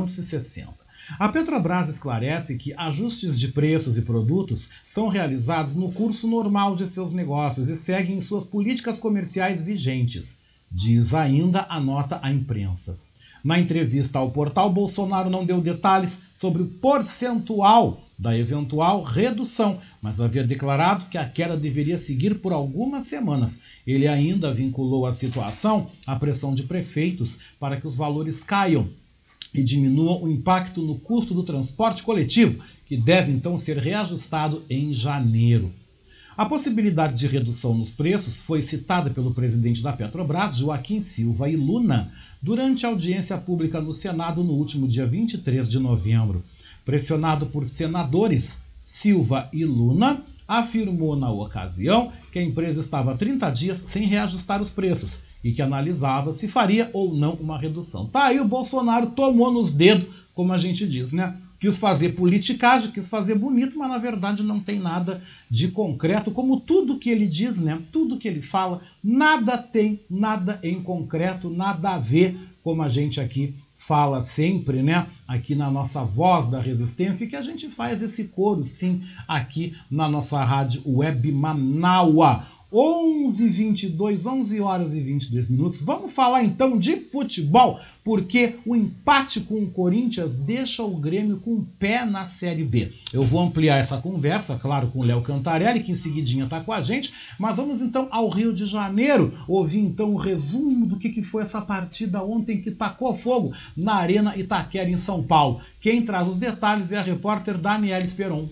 360. A Petrobras esclarece que ajustes de preços e produtos são realizados no curso normal de seus negócios e seguem suas políticas comerciais vigentes, diz ainda a nota à imprensa. Na entrevista ao portal, Bolsonaro não deu detalhes sobre o percentual da eventual redução, mas havia declarado que a queda deveria seguir por algumas semanas. Ele ainda vinculou a situação à pressão de prefeitos para que os valores caiam e diminuam o impacto no custo do transporte coletivo, que deve então ser reajustado em janeiro. A possibilidade de redução nos preços foi citada pelo presidente da Petrobras, Joaquim Silva e Luna, durante a audiência pública no Senado no último dia 23 de novembro. Pressionado por senadores, Silva e Luna afirmou na ocasião que a empresa estava há 30 dias sem reajustar os preços e que analisava se faria ou não uma redução. Tá aí, o Bolsonaro tomou nos dedos, como a gente diz, né? Quis fazer politicagem, quis fazer bonito, mas na verdade não tem nada de concreto, como tudo que ele diz, né? Tudo que ele fala, nada tem, nada em concreto, nada a ver, como a gente aqui fala sempre, né, aqui na nossa Voz da Resistência, e que a gente faz esse coro, sim, aqui na nossa rádio web Manaua. 11h22, 11 horas e 22 minutos. Vamos falar então de futebol, porque o empate com o Corinthians deixa o Grêmio com o pé na Série B. Eu vou ampliar essa conversa, claro, com o Léo Cantarelli, que em seguidinha está com a gente, mas vamos então ao Rio de Janeiro, ouvir então o resumo do que foi essa partida ontem que tacou fogo na Arena Itaquera, em São Paulo. Quem traz os detalhes é a repórter Daniela Esperon.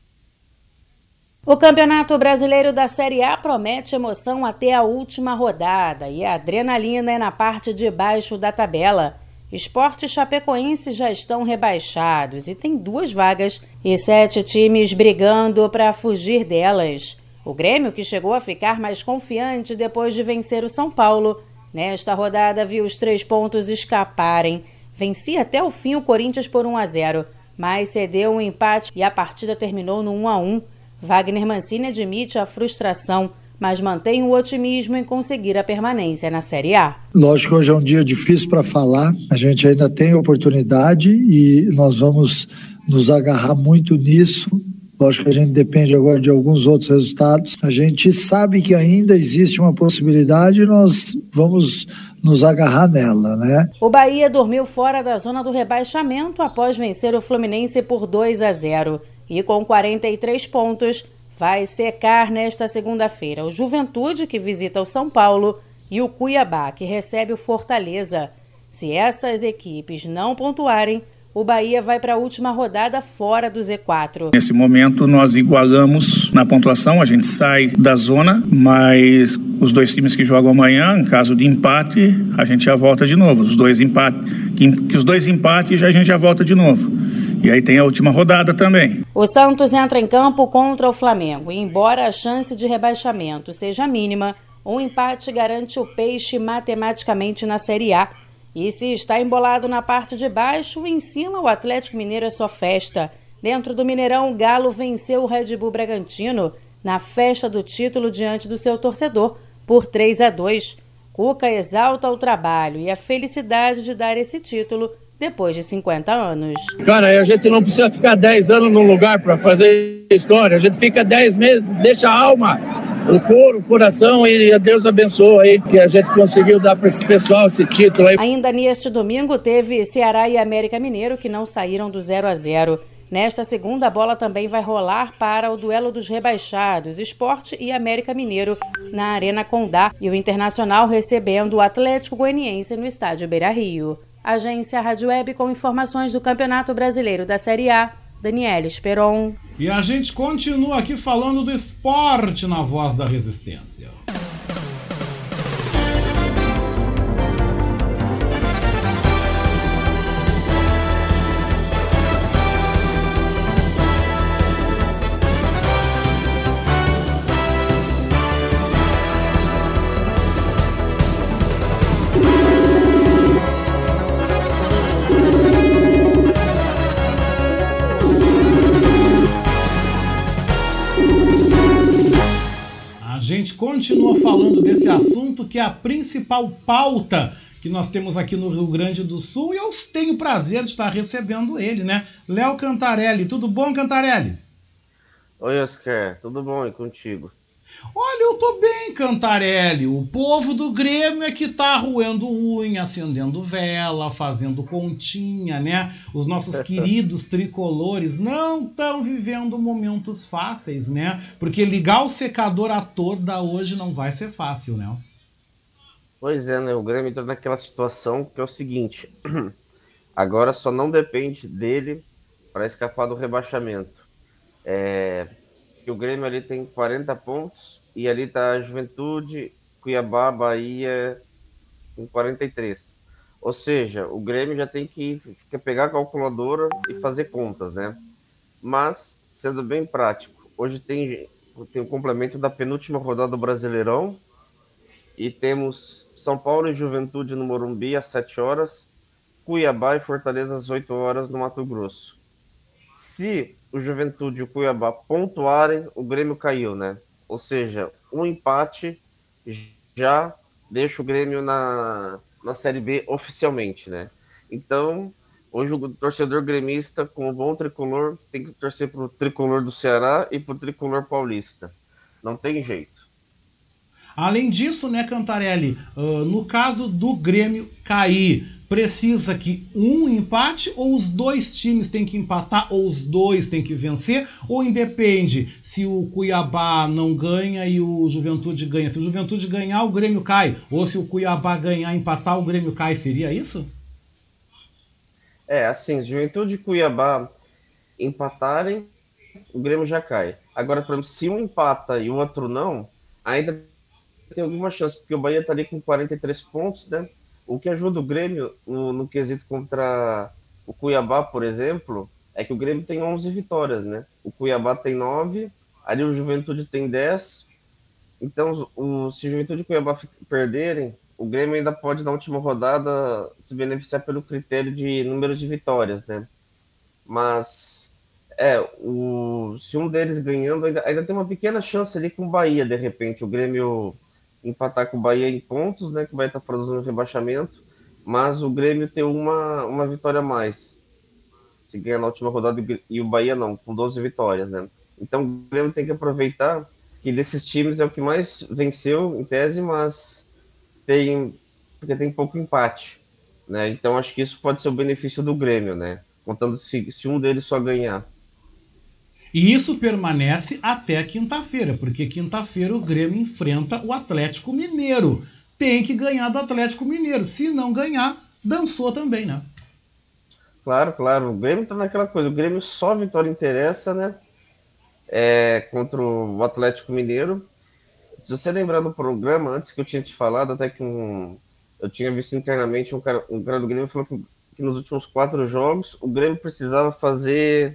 O Campeonato Brasileiro da Série A promete emoção até a última rodada e a adrenalina é na parte de baixo da tabela. Sport e Chapecoense já estão rebaixados e tem 2 vagas e 7 times brigando para fugir delas. O Grêmio, que chegou a ficar mais confiante depois de vencer o São Paulo, nesta rodada viu os 3 pontos escaparem. Vencia até o fim o Corinthians por 1-0, mas cedeu um empate e a partida terminou no 1-1. Wagner Mancini admite a frustração, mas mantém o otimismo em conseguir a permanência na Série A. Lógico que hoje é um dia difícil para falar, a gente ainda tem oportunidade e nós vamos nos agarrar muito nisso. Lógico que a gente depende agora de alguns outros resultados. A gente sabe que ainda existe uma possibilidade e nós vamos nos agarrar nela, né? O Bahia dormiu fora da zona do rebaixamento após vencer o Fluminense por 2-0. E com 43 pontos, vai secar nesta segunda-feira o Juventude, que visita o São Paulo, e o Cuiabá, que recebe o Fortaleza. Se essas equipes não pontuarem, o Bahia vai para a última rodada fora do Z4. Nesse momento, nós igualamos na pontuação, a gente sai da zona, mas os 2 times que jogam amanhã, em caso de empate, a gente já volta de novo. Os 2 empates, a gente já volta de novo. E aí tem a última rodada também. O Santos entra em campo contra o Flamengo e, embora a chance de rebaixamento seja mínima, um empate garante o Peixe matematicamente na Série A. E se está embolado na parte de baixo, em cima o Atlético Mineiro é só festa. Dentro do Mineirão, o Galo venceu o Red Bull Bragantino na festa do título diante do seu torcedor por 3-2. Cuca exalta o trabalho e a felicidade de dar esse título depois de 50 anos. Cara, a gente não precisa ficar 10 anos num lugar para fazer história. A gente fica 10 meses, deixa a alma, o coração e Deus abençoe aí que a gente conseguiu dar para esse pessoal esse título aí. Ainda neste domingo teve Ceará e América Mineiro que não saíram do 0-0. Nesta segunda, a bola também vai rolar para o duelo dos rebaixados, Sport e América Mineiro, na Arena Condá, e o Internacional recebendo o Atlético Goianiense no estádio Beira-Rio. Agência Rádio Web com informações do Campeonato Brasileiro da Série A, Daniela Esperon. E a gente continua aqui falando do esporte na Voz da Resistência. A gente continua falando desse assunto que é a principal pauta que nós temos aqui no Rio Grande do Sul e eu tenho o prazer de estar recebendo ele, né? Léo Cantarelli. Tudo bom, Cantarelli? Oi, Oscar. Tudo bom? E contigo? Olha, eu tô bem, Cantarelli. O povo do Grêmio é que tá roendo unha, acendendo vela, fazendo continha, né? Os nossos queridos tricolores não estão vivendo momentos fáceis, né? Porque ligar o secador a toda hoje não vai ser fácil, né? Pois é, né? O Grêmio entrou naquela situação que é o seguinte. Agora só não depende dele para escapar do rebaixamento. Que o Grêmio ali tem 40 pontos e ali tá a Juventude, Cuiabá, Bahia com 43. Ou seja, o Grêmio já tem que pegar a calculadora e fazer contas, né? Mas, sendo bem prático, hoje tem o complemento da penúltima rodada do Brasileirão e temos São Paulo e Juventude no Morumbi às 7 horas, Cuiabá e Fortaleza às 8 horas no Mato Grosso. Se o Juventude e o Cuiabá pontuarem, o Grêmio caiu, né? Ou seja, um empate já deixa o Grêmio na Série B oficialmente, né? Então, hoje o torcedor gremista, com o bom tricolor, tem que torcer pro tricolor do Ceará e pro tricolor paulista. Não tem jeito. Além disso, né, Cantarelli, no caso do Grêmio cair, precisa que um empate ou os dois times têm que empatar ou os dois têm que vencer? Ou independe se o Cuiabá não ganha e o Juventude ganha? Se o Juventude ganhar, o Grêmio cai. Ou se o Cuiabá ganhar e empatar, o Grêmio cai. Seria isso? Assim, Juventude e Cuiabá empatarem, o Grêmio já cai. Agora, por exemplo, se um empata e o outro não, ainda tem alguma chance, porque o Bahia está ali com 43 pontos, né? O que ajuda o Grêmio no quesito contra o Cuiabá, por exemplo, é que o Grêmio tem 11 vitórias, né? O Cuiabá tem 9, ali o Juventude tem 10. Então, se o Juventude e o Cuiabá perderem, o Grêmio ainda pode, na última rodada, se beneficiar pelo critério de número de vitórias, né? Mas, se um deles ganhando, ainda tem uma pequena chance ali com o Bahia, de repente. O Grêmio empatar com o Bahia em pontos, né? Que vai estar fora da zona de rebaixamento. Mas o Grêmio tem uma vitória a mais. Se ganhar na última rodada e o Bahia não, com 12 vitórias, né? Então, o Grêmio tem que aproveitar que desses times é o que mais venceu, em tese, mas porque tem pouco empate, né? Então acho que isso pode ser o benefício do Grêmio, né? Contando se um deles só ganhar. E isso permanece até quinta-feira, porque quinta-feira o Grêmio enfrenta o Atlético Mineiro. Tem que ganhar do Atlético Mineiro. Se não ganhar, dançou também, né? Claro. O Grêmio tá naquela coisa. O Grêmio só vitória interessa, né? Contra o Atlético Mineiro. Se você lembrar do programa, antes que eu tinha te falado, até que eu tinha visto internamente um cara do Grêmio falou que nos últimos 4 jogos o Grêmio precisava fazer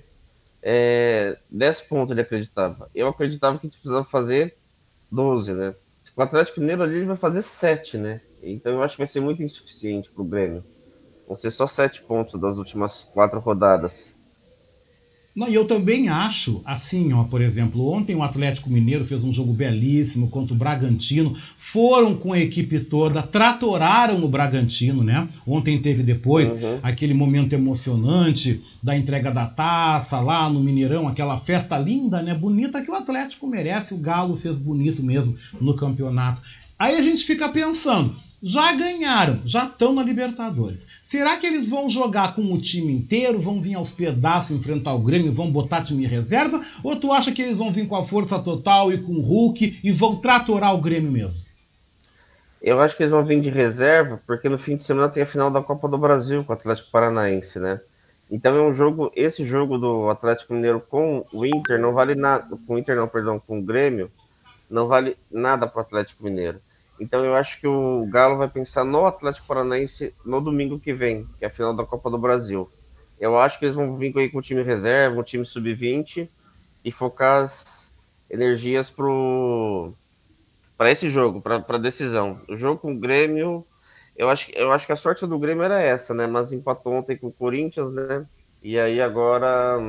10 pontos, ele acreditava. Eu acreditava que a gente precisava fazer 12, né? O Atlético Mineiro ali ele vai fazer 7, né? Então eu acho que vai ser muito insuficiente pro Grêmio. Vão ser só 7 pontos das últimas 4 rodadas. Não, e eu também acho, assim, ó, por exemplo, ontem o Atlético Mineiro fez um jogo belíssimo contra o Bragantino, foram com a equipe toda, tratoraram o Bragantino, né? Ontem teve depois aquele momento emocionante da entrega da taça lá no Mineirão, aquela festa linda, né? Bonita que o Atlético merece, o Galo fez bonito mesmo no campeonato. Aí a gente fica pensando, já ganharam, já estão na Libertadores. Será que eles vão jogar com o time inteiro, vão vir aos pedaços enfrentar o Grêmio, vão botar time reserva? Ou tu acha que eles vão vir com a força total e com o Hulk e vão tratorar o Grêmio mesmo? Eu acho que eles vão vir de reserva, porque no fim de semana tem a final da Copa do Brasil com o Atlético Paranaense, né? Então é um jogo, esse jogo do Atlético Mineiro com o Inter não vale nada, com o Inter não, perdão, com o Grêmio, não vale nada para o Atlético Mineiro. Então eu acho que o Galo vai pensar no Atlético Paranaense no domingo que vem, que é a final da Copa do Brasil. Eu acho que eles vão vir com o time reserva, um time sub-20 e focar as energias para esse jogo, para a decisão. O jogo com o Grêmio, eu acho que a sorte do Grêmio era essa, né? Mas empatou ontem com o Corinthians, né? E aí agora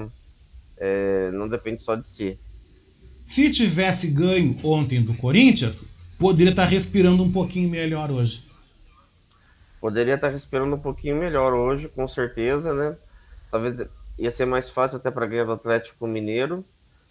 não depende só de si. Se tivesse ganho ontem do Corinthians, poderia estar respirando um pouquinho melhor hoje. Poderia estar respirando um pouquinho melhor hoje, com certeza, né? Talvez ia ser mais fácil até para ganhar do Atlético Mineiro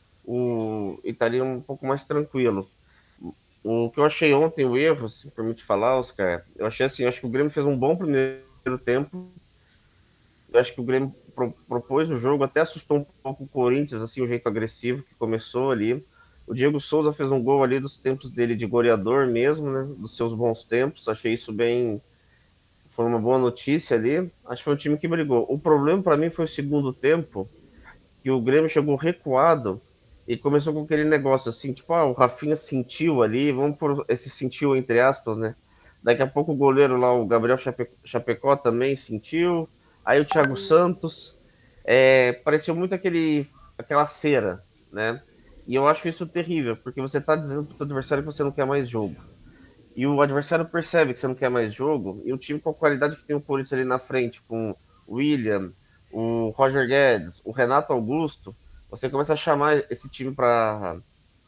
e estaria um pouco mais tranquilo. O que eu achei ontem, o erro, se permite falar, Oscar, eu achei assim, eu acho que o Grêmio fez um bom primeiro tempo. Eu acho que o Grêmio propôs o jogo, até assustou um pouco o Corinthians, assim, o jeito agressivo que começou ali. O Diego Souza fez um gol ali dos tempos dele de goleador mesmo, né? Dos seus bons tempos. Achei isso bem... Foi uma boa notícia ali. Acho que foi um time que brigou. O problema para mim foi o segundo tempo, que o Grêmio chegou recuado e começou com aquele negócio assim, tipo, o Rafinha sentiu ali, vamos por esse sentiu entre aspas, né? Daqui a pouco o goleiro lá, o Gabriel Chapecó também sentiu. Aí o Thiago Santos. Pareceu muito aquela cera, né? E eu acho isso terrível, porque você tá dizendo pro teu adversário que você não quer mais jogo. E o adversário percebe que você não quer mais jogo, e o time com a qualidade que tem o Corinthians ali na frente, com o William, o Roger Guedes, o Renato Augusto, você começa a chamar esse time pro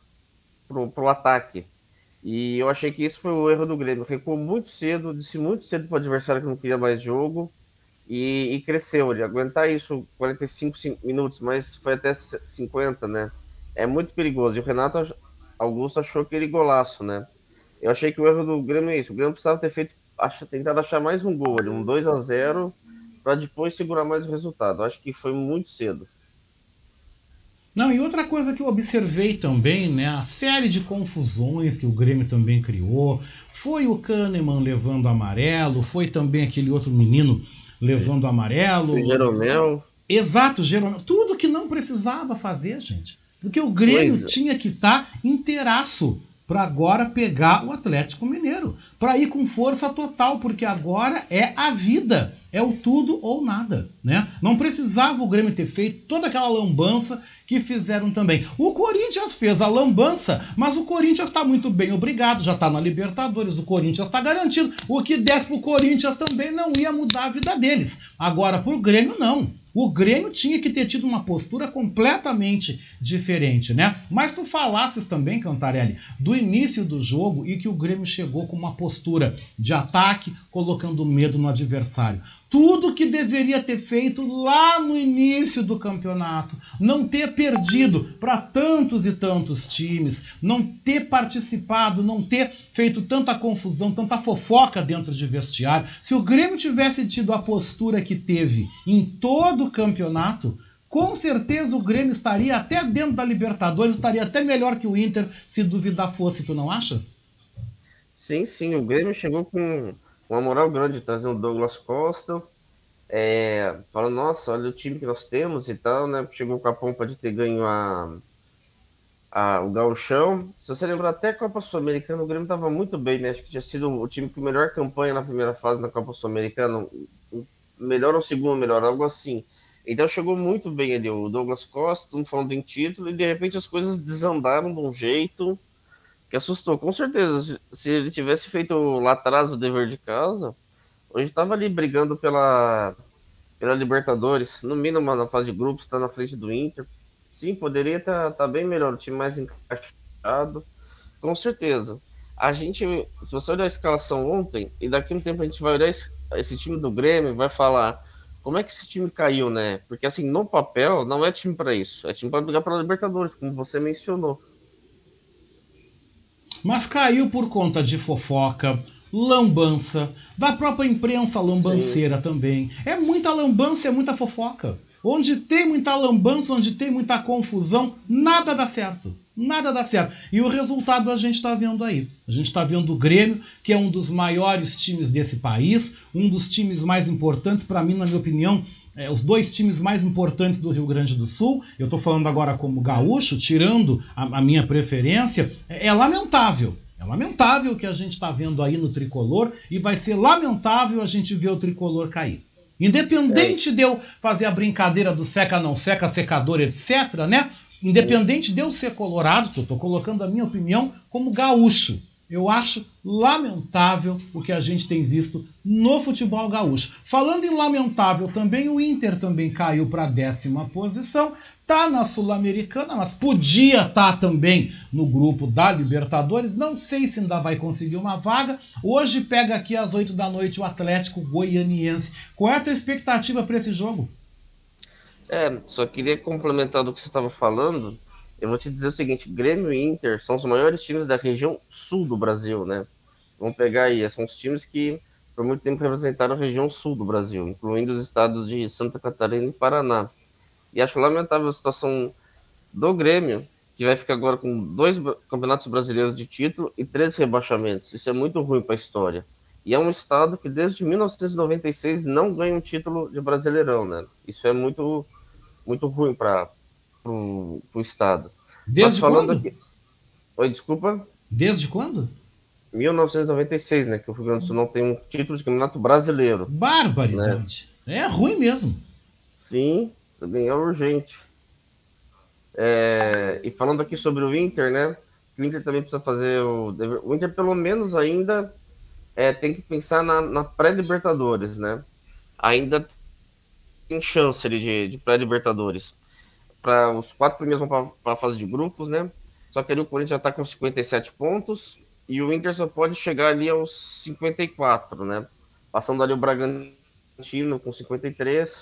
ataque. E eu achei que isso foi o erro do Grêmio. Recuou muito cedo, disse muito cedo pro adversário que não queria mais jogo, e cresceu. Ele aguentar isso 45 minutos, mas foi até 50, né? É muito perigoso. E o Renato Augusto achou aquele golaço, né? Eu achei que o erro do Grêmio é isso. O Grêmio precisava ter tentado achar mais um gol ali, um 2-0, para depois segurar mais o resultado. Eu acho que foi muito cedo. Não, e outra coisa que eu observei também, né, a série de confusões que o Grêmio também criou, foi o Kahneman levando amarelo, foi também aquele outro menino levando amarelo. O Jeromel. Exato, Jeromel. Tudo que não precisava fazer, gente. Porque o Grêmio tinha que estar inteiraço para agora pegar o Atlético Mineiro, para ir com força total, porque agora é a vida, é o tudo ou nada, né? Não precisava o Grêmio ter feito toda aquela lambança que fizeram também. O Corinthians fez a lambança, mas o Corinthians está muito bem, obrigado, já está na Libertadores, o Corinthians está garantido. O que desse pro Corinthians também não ia mudar a vida deles. Agora, pro Grêmio, não. O Grêmio tinha que ter tido uma postura completamente diferente, né? Mas tu falasses também, Cantarelli, do início do jogo e que o Grêmio chegou com uma postura de ataque, colocando medo no adversário. Tudo que deveria ter feito lá no início do campeonato, não ter perdido para tantos e tantos times, não ter participado, não ter feito tanta confusão, tanta fofoca dentro de vestiário. Se o Grêmio tivesse tido a postura que teve em todo o campeonato, com certeza o Grêmio estaria até dentro da Libertadores, estaria até melhor que o Inter, se duvidar fosse, tu não acha? Sim, sim, o Grêmio chegou com uma moral grande, trazendo o Douglas Costa, falando, nossa, olha o time que nós temos e tal, né? Chegou com a pompa de ter ganho o Gauchão. Se você lembrar, até a Copa Sul-Americana, o Grêmio estava muito bem, né? Acho que tinha sido o time com melhor campanha na primeira fase da Copa Sul-Americana, melhor ou segundo melhor, algo assim. Então chegou muito bem ali o Douglas Costa, todo mundo falando em título, e de repente as coisas desandaram de um jeito que assustou. Com certeza, se ele tivesse feito lá atrás o dever de casa, hoje estava ali brigando pela Libertadores, no mínimo na fase de grupos, está na frente do Inter. Sim, poderia estar bem melhor, o time mais encaixado, com certeza. Se você olhar a escalação ontem, e daqui a um tempo a gente vai olhar esse time do Grêmio e vai falar como é que esse time caiu, né? Porque assim, no papel, não é time para isso, é time para brigar pela Libertadores, como você mencionou. Mas caiu por conta de fofoca, lambança, da própria imprensa lambanceira. Sim. Também. É muita lambança, é muita fofoca. Onde tem muita lambança, onde tem muita confusão, nada dá certo. Nada dá certo. E o resultado a gente está vendo aí. A gente está vendo o Grêmio, que é um dos maiores times desse país, um dos times mais importantes, para mim, na minha opinião, os dois times mais importantes do Rio Grande do Sul. Eu estou falando agora como gaúcho, tirando a minha preferência. É lamentável. É lamentável o que a gente está vendo aí no Tricolor e vai ser lamentável a gente ver o Tricolor cair. Independente de eu fazer a brincadeira do seca, não seca, secador, etc., né? Independente de eu ser colorado, estou colocando a minha opinião como gaúcho. Eu acho lamentável o que a gente tem visto no futebol gaúcho. Falando em lamentável também, o Inter também caiu para a 10ª posição. Está na Sul-Americana, mas podia estar também no grupo da Libertadores. Não sei se ainda vai conseguir uma vaga. Hoje pega aqui às 8 da noite o Atlético Goianiense. Qual é a tua expectativa para esse jogo? Só queria complementar do que você estava falando. Eu vou te dizer o seguinte, Grêmio e Inter são os maiores times da região sul do Brasil, né? Vamos pegar aí, são os times que por muito tempo representaram a região sul do Brasil, incluindo os estados de Santa Catarina e Paraná. E acho lamentável a situação do Grêmio, que vai ficar agora com 2 campeonatos brasileiros de título e 3 rebaixamentos. Isso é muito ruim para a história. E é um estado que desde 1996 não ganha um título de Brasileirão, né? Isso é muito, muito ruim para o estado. Desde quando? Aqui... Oi, desculpa? Desde quando? 1996, né? Que o Rio Grande do Sul não tem um título de campeonato brasileiro. Barbaridade. Né? É ruim mesmo. Sim, também é urgente. E falando aqui sobre o Inter, né? O Inter também precisa fazer o Inter pelo menos ainda tem que pensar na pré-Libertadores, né? Ainda tem chance ali de pré-Libertadores. Para os 4 primeiros vão para a fase de grupos, né? Só que ali o Corinthians já está com 57 pontos e o Inter só pode chegar ali aos 54, né? Passando ali o Bragantino Bragantino com 53.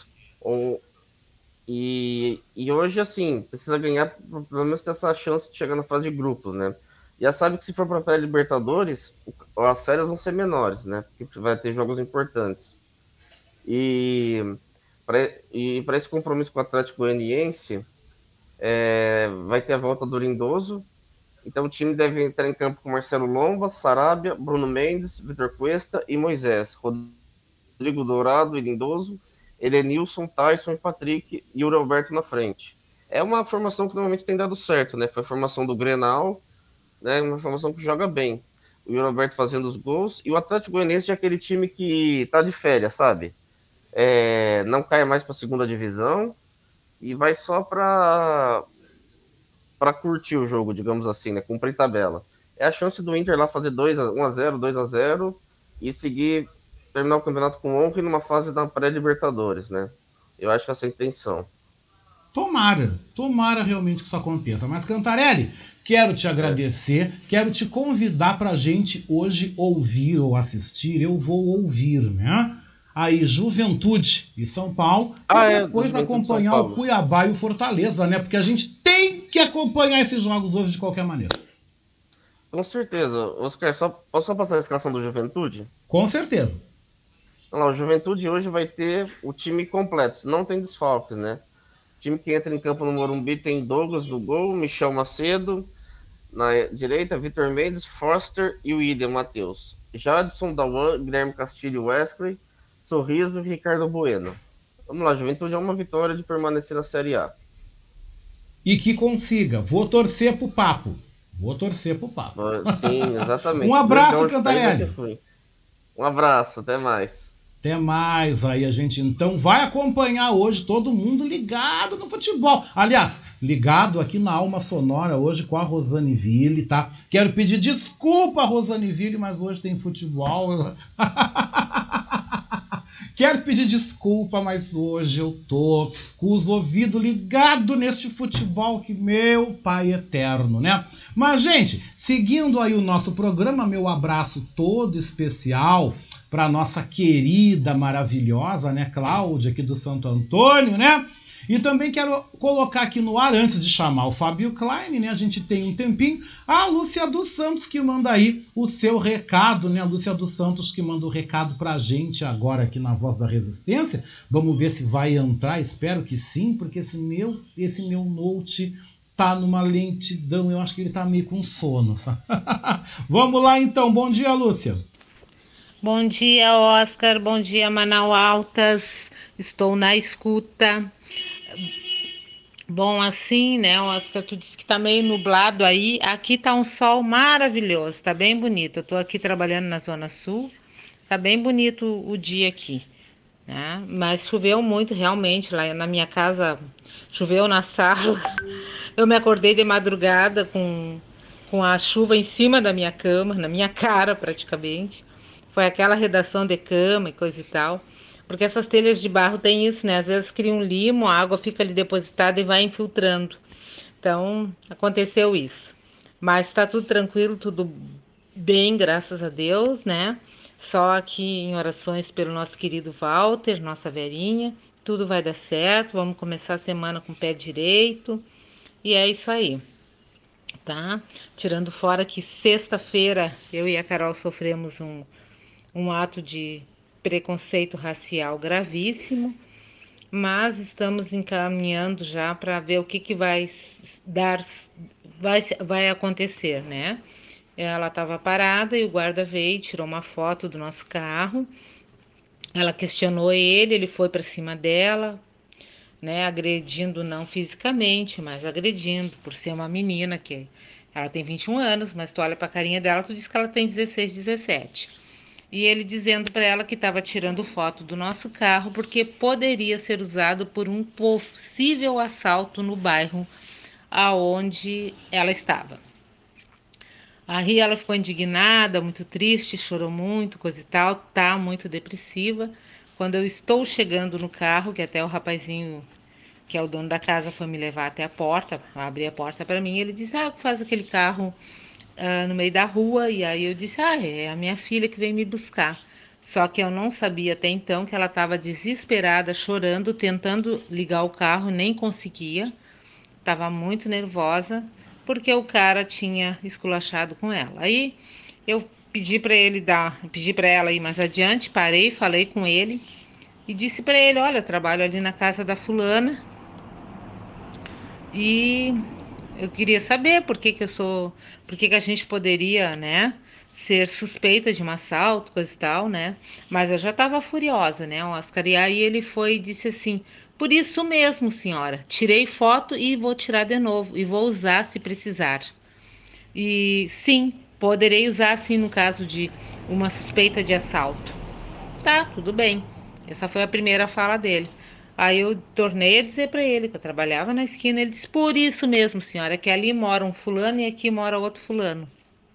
E hoje, assim, precisa ganhar, pelo menos ter essa chance de chegar na fase de grupos, né? Já sabe que se for para a pré-Libertadores, as férias vão ser menores, né? Porque vai ter jogos importantes. E para esse compromisso com o Atlético Goianiense, vai ter a volta do Lindoso. Então o time deve entrar em campo com Marcelo Lomba, Sarabia, Bruno Mendes, Vitor Cuesta e Moisés, Rodrigo Dourado e Lindoso, Elenilson, Tyson e Patrick e o Roberto na frente. É uma formação que normalmente tem dado certo, né? Foi a formação do Grenal, né? Uma formação que joga bem. O Roberto fazendo os gols e o Atlético Goianiense é aquele time que tá de férias, sabe? Não cai mais para a segunda divisão e vai só para curtir o jogo, digamos assim, né? Cumprir tabela. É a chance do Inter lá fazer 1-0, 2-0 e seguir, terminar o campeonato com honra e numa fase da pré-Libertadores, né? Eu acho essa a intenção. Tomara realmente que isso aconteça. Mas, Cantarelli, quero te agradecer, quero te convidar pra gente hoje ouvir ou assistir. Eu vou ouvir, né? Aí, Juventude e São Paulo, e depois acompanhar o Cuiabá e o Fortaleza, né? Porque a gente tem que acompanhar esses jogos hoje de qualquer maneira. Com certeza. Oscar, posso só passar a escalação do Juventude? Com certeza. Olha lá, o Juventude hoje vai ter o time completo, não tem desfalques, né? O time que entra em campo no Morumbi tem Douglas no gol, Michel Macedo, na direita, Vitor Mendes, Foster e William Matheus. Jadson, Dawan, Guilherme Castilho, Wesley, Sorriso e Ricardo Bueno. Vamos lá, Juventude é uma vitória de permanecer na Série A. E que consiga. Vou torcer pro papo. Sim, exatamente. Um abraço, Cantarelli. Um abraço, até mais. Até mais. Aí a gente então vai acompanhar hoje todo mundo ligado no futebol. Aliás, ligado aqui na Alma Sonora hoje com a Rosane Ville, tá? Quero pedir desculpa, Rosane Ville, mas hoje tem futebol. Quero pedir desculpa, mas hoje eu tô com os ouvidos ligados neste futebol que meu pai eterno, né? Mas, gente, seguindo aí o nosso programa, meu abraço todo especial para nossa querida, maravilhosa, né, Cláudia, aqui do Santo Antônio, né? E também quero colocar aqui no ar, antes de chamar o Fábio Klein, né? A gente tem um tempinho, a Lúcia dos Santos que manda aí o seu recado, né? A Lúcia dos Santos que manda o recado pra gente agora aqui na Voz da Resistência. Vamos ver se vai entrar, espero que sim, porque esse meu note tá numa lentidão, eu acho que ele tá meio com sono. Vamos lá então, bom dia, Lúcia. Bom dia, Oscar, bom dia, Manaus Altas, estou na escuta. Bom, assim, né, Oscar, tu disse que tá meio nublado aí, aqui tá um sol maravilhoso, tá bem bonito, eu tô aqui trabalhando na Zona Sul, tá bem bonito o dia aqui, né, mas choveu muito realmente, lá na minha casa, choveu na sala, eu me acordei de madrugada com a chuva em cima da minha cama, na minha cara praticamente, foi aquela redação de cama e coisa e tal. Porque essas telhas de barro tem isso, né? Às vezes cria um limo, a água fica ali depositada e vai infiltrando. Então, aconteceu isso. Mas tá tudo tranquilo, tudo bem, graças a Deus, né? Só aqui em orações pelo nosso querido Walter, nossa velhinha. Tudo vai dar certo, vamos começar a semana com o pé direito. E é isso aí, tá? Tirando fora que sexta-feira eu e a Carol sofremos um ato de preconceito racial gravíssimo, mas estamos encaminhando já para ver o que vai acontecer, né? Ela estava parada e o guarda veio e tirou uma foto do nosso carro. Ela questionou ele foi para cima dela, né? Agredindo não fisicamente, mas agredindo por ser uma menina que ela tem 21 anos, mas tu olha para a carinha dela, tu diz que ela tem 16, 17. E ele dizendo para ela que estava tirando foto do nosso carro porque poderia ser usado por um possível assalto no bairro aonde ela estava. Aí ela ficou indignada, muito triste, chorou muito, coisa e tal, tá muito depressiva. Quando eu estou chegando no carro, que até o rapazinho, que é o dono da casa, foi me levar até a porta, abrir a porta para mim, ele disse, faz aquele carro no meio da rua, e aí eu disse, é a minha filha que veio me buscar. Só que eu não sabia até então que ela estava desesperada, chorando, tentando ligar o carro, nem conseguia. Estava muito nervosa, porque o cara tinha esculachado com ela. Aí eu pedi para ela ir mais adiante, parei, falei com ele e disse para ele, olha, eu trabalho ali na casa da fulana e eu queria saber por que a gente poderia, né, ser suspeita de um assalto, coisa e tal, né? Mas eu já estava furiosa, né, Oscar? E aí ele foi e disse assim, por isso mesmo, senhora, tirei foto e vou tirar de novo e vou usar se precisar. E sim, poderei usar sim no caso de uma suspeita de assalto. Tá, tudo bem. Essa foi a primeira fala dele. Aí eu tornei a dizer para ele que eu trabalhava na esquina. Ele disse, por isso mesmo, senhora, que ali mora um fulano e aqui mora outro fulano.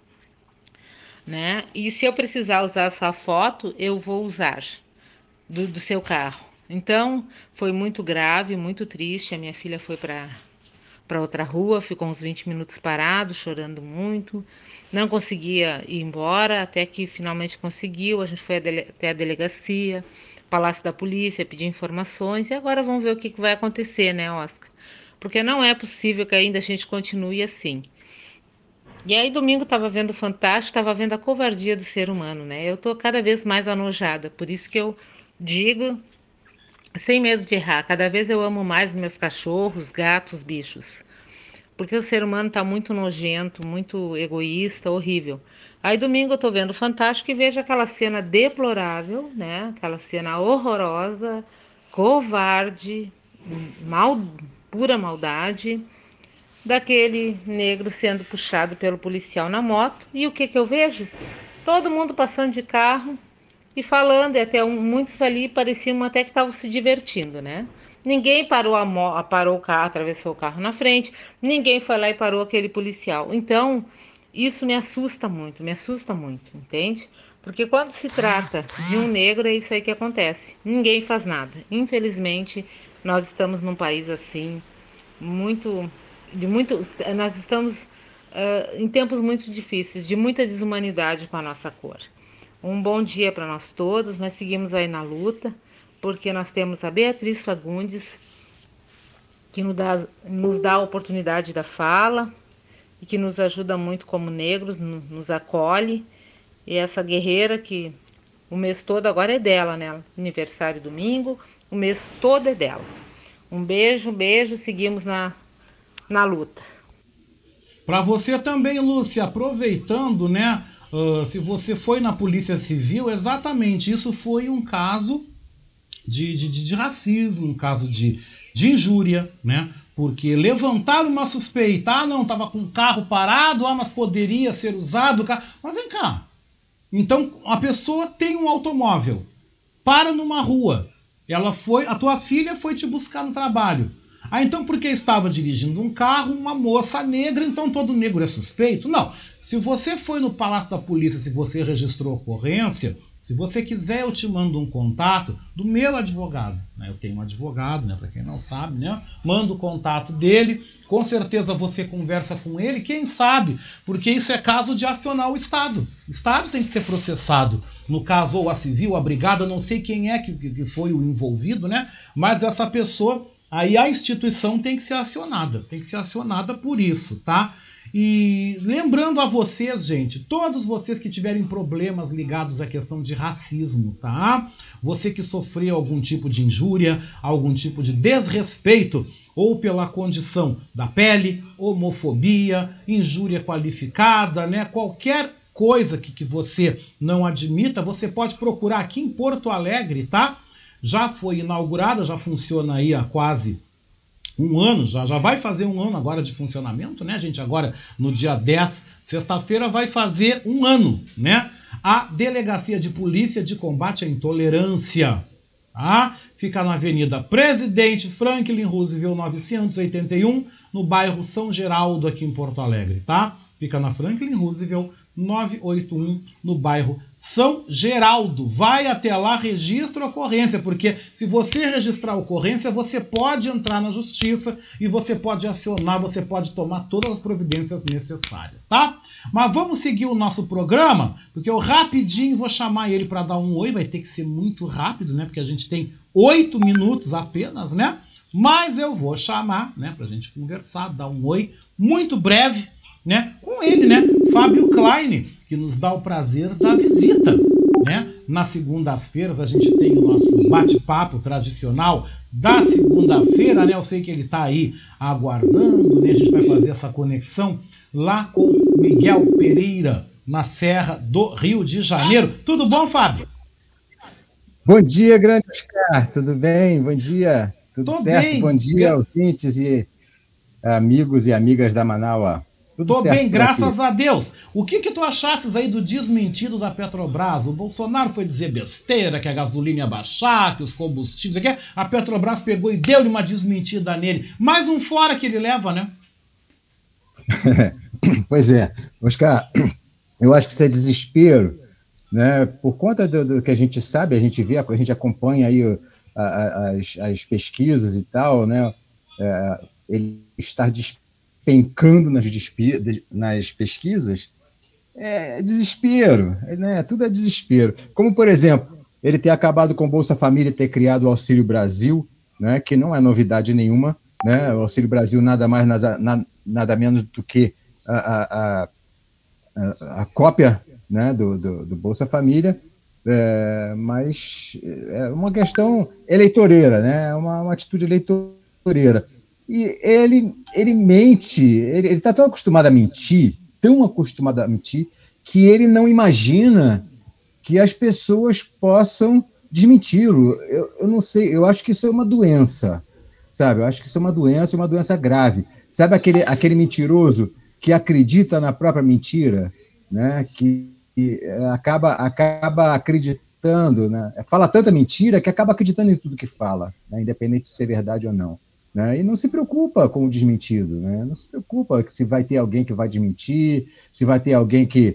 Né? E se eu precisar usar a sua foto, eu vou usar do seu carro. Então, foi muito grave, muito triste. A minha filha foi para outra rua, ficou uns 20 minutos parado, chorando muito. Não conseguia ir embora, até que finalmente conseguiu. A gente foi até a delegacia, Palácio da Polícia, pedir informações. E agora vamos ver o que vai acontecer, né, Oscar? Porque não é possível que ainda a gente continue assim. E aí, domingo, estava vendo Fantástico, estava vendo a covardia do ser humano, né? Eu estou cada vez mais anojada, por isso que eu digo, sem medo de errar, cada vez eu amo mais meus cachorros, gatos, bichos. Porque o ser humano está muito nojento, muito egoísta, horrível. Aí, domingo, eu estou vendo Fantástico e vejo aquela cena deplorável, né? Aquela cena horrorosa, covarde, pura maldade, daquele negro sendo puxado pelo policial na moto. E o que eu vejo? Todo mundo passando de carro e falando, e até muitos ali pareciam até que estavam se divertindo, né? Ninguém parou parou o carro, atravessou o carro na frente, ninguém foi lá e parou aquele policial. Então, isso me assusta muito, entende? Porque quando se trata de um negro, é isso aí que acontece. Ninguém faz nada. Infelizmente, nós estamos num país assim, nós estamos em tempos muito difíceis, de muita desumanidade com a nossa cor. Um bom dia para nós todos, nós seguimos aí na luta, porque nós temos a Beatriz Fagundes, que nos dá a oportunidade da fala, e que nos ajuda muito como negros, nos acolhe, e essa guerreira que o mês todo agora é dela, né? Aniversário domingo, o mês todo é dela. Um beijo, seguimos na luta. Para você também, Lúcia, aproveitando, né? Se você foi na Polícia Civil, exatamente, isso foi um caso de racismo, um caso de injúria, né? Porque levantaram uma suspeita, não, estava com o carro parado, mas poderia ser usado o carro. Mas vem cá, então a pessoa tem um automóvel, para numa rua, a tua filha foi te buscar no trabalho. Então porque estava dirigindo um carro, uma moça negra, então todo negro é suspeito? Não. Se você foi no Palácio da Polícia, se você registrou ocorrência, se você quiser eu te mando um contato do meu advogado, né? Eu tenho um advogado, né? Para quem não sabe, né? Manda o contato dele, com certeza você conversa com ele, quem sabe, porque isso é caso de acionar o Estado. O Estado tem que ser processado, no caso ou a civil, a brigada, eu não sei quem é que foi o envolvido, né? Mas essa pessoa, aí a instituição tem que ser acionada por isso, tá? E lembrando a vocês, gente, todos vocês que tiverem problemas ligados à questão de racismo, tá? Você que sofreu algum tipo de injúria, algum tipo de desrespeito, ou pela condição da pele, homofobia, injúria qualificada, né? Qualquer coisa que você não admita, você pode procurar aqui em Porto Alegre, tá? Já foi inaugurada, já funciona aí há quase um ano, já vai fazer um ano agora de funcionamento, né, gente? Agora, no dia 10, sexta-feira, vai fazer um ano, né? A Delegacia de Polícia de Combate à Intolerância, tá? Fica na Avenida Presidente Franklin Roosevelt 981, no bairro São Geraldo, aqui em Porto Alegre, tá? Fica na Franklin Roosevelt 981, no bairro São Geraldo. Vai até lá, registra a ocorrência, porque se você registrar a ocorrência, você pode entrar na justiça e você pode acionar, você pode tomar todas as providências necessárias, tá? Mas vamos seguir o nosso programa, porque eu rapidinho vou chamar ele para dar um oi, vai ter que ser muito rápido, né? Porque a gente tem 8 minutos apenas, né? Mas eu vou chamar, né, pra gente conversar, dar um oi muito breve, né, com ele, né, Fábio Klein, que nos dá o prazer da visita, né? Nas segundas-feiras a gente tem o nosso bate-papo tradicional da segunda-feira, né? Eu sei que ele tá aí aguardando, né? A gente vai fazer essa conexão lá com Miguel Pereira, na Serra do Rio de Janeiro. Tudo bom, Fábio? Bom dia, grande Oscar. Tudo bem? Bom dia. Tudo Tô certo? bem. Bom dia, ouvintes e amigos e amigas da Manaua. Tudo Tô certo bem, por graças aqui. a Deus. O que tu achasses aí do desmentido da Petrobras? O Bolsonaro foi dizer besteira, que a gasolina ia baixar, que os combustíveis... A Petrobras pegou e deu-lhe uma desmentida nele. Mais um fora que ele leva, né? Pois é. Oscar, eu acho que isso é desespero, né? Por conta do que a gente sabe, a gente vê, a gente acompanha aí as pesquisas e tal, né? Ele está despencando nas pesquisas, é desespero, né? Tudo é desespero. Como, por exemplo, ele ter acabado com o Bolsa Família e ter criado o Auxílio Brasil, né? Que não é novidade nenhuma, né? O Auxílio Brasil nada mais, nada menos do que a cópia, né, do Bolsa Família, mas é uma questão eleitoreira, né? É uma atitude eleitoreira. E ele mente, ele está tão acostumado a mentir, que ele não imagina que as pessoas possam desmenti-lo. Eu não sei, eu acho que isso é uma doença, sabe? Eu acho que isso é uma doença grave. Sabe aquele mentiroso que acredita na própria mentira, né? Que acaba acreditando, né? Fala tanta mentira que acaba acreditando em tudo que fala, né? Independente de ser verdade ou não. Né? E não se preocupa com o desmentido, né? Não se preocupa se vai ter alguém que vai desmentir, se vai ter alguém que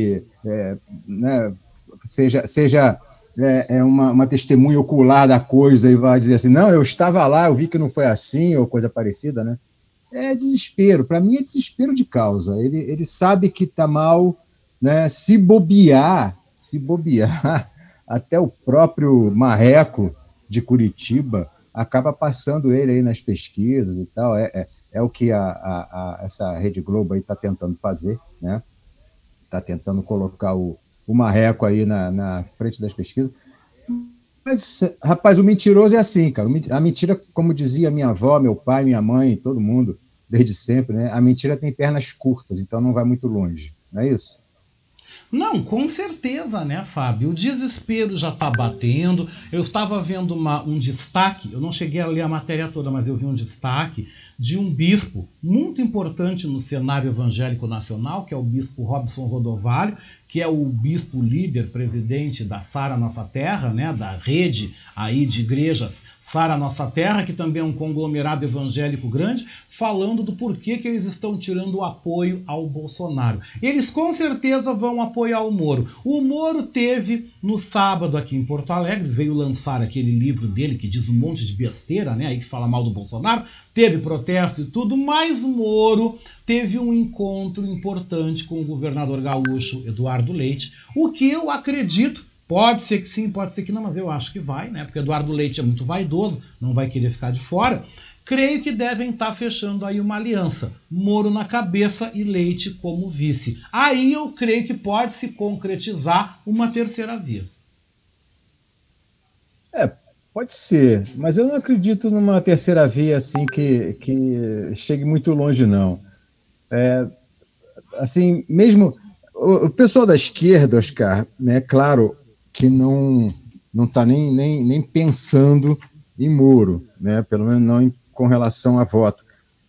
né, seja uma testemunha ocular da coisa e vai dizer assim, não, eu estava lá, eu vi que não foi assim, ou coisa parecida, né? É desespero, para mim é desespero de causa. Ele sabe que está mal, né? Se bobear, até o próprio Marreco de Curitiba acaba passando ele aí nas pesquisas e tal, é o que essa Rede Globo aí está tentando fazer, né? Está tentando colocar o Marreco aí na frente das pesquisas. Mas, rapaz, o mentiroso é assim, cara. A mentira, como dizia minha avó, meu pai, minha mãe, todo mundo, desde sempre, né? A mentira tem pernas curtas, então não vai muito longe, não é isso? Não, com certeza, né, Fábio? O desespero já está batendo. Eu estava vendo um destaque, eu não cheguei a ler a matéria toda, mas eu vi um destaque de um bispo muito importante no cenário evangélico nacional, que é o bispo Robson Rodovalho, que é o bispo líder, presidente da Sara Nossa Terra, né, da rede aí de igrejas Sara Nossa Terra, que também é um conglomerado evangélico grande, falando do porquê que eles estão tirando o apoio ao Bolsonaro. Eles com certeza vão apoiar o Moro. O Moro teve no sábado aqui em Porto Alegre, veio lançar aquele livro dele que diz um monte de besteira, né, aí que fala mal do Bolsonaro, teve protesto e tudo, mas o Moro teve um encontro importante com o governador gaúcho Eduardo Leite, o que eu acredito. Pode ser que sim, pode ser que não, mas eu acho que vai, né? Porque Eduardo Leite é muito vaidoso, não vai querer ficar de fora. Creio que devem estar fechando aí uma aliança. Moro na cabeça e Leite como vice. Aí eu creio que pode se concretizar uma terceira via. Pode ser, mas eu não acredito numa terceira via assim que chegue muito longe, não. Assim, mesmo o pessoal da esquerda, Oscar, né, claro, que não está nem pensando em Moro, né? Pelo menos não com relação a voto.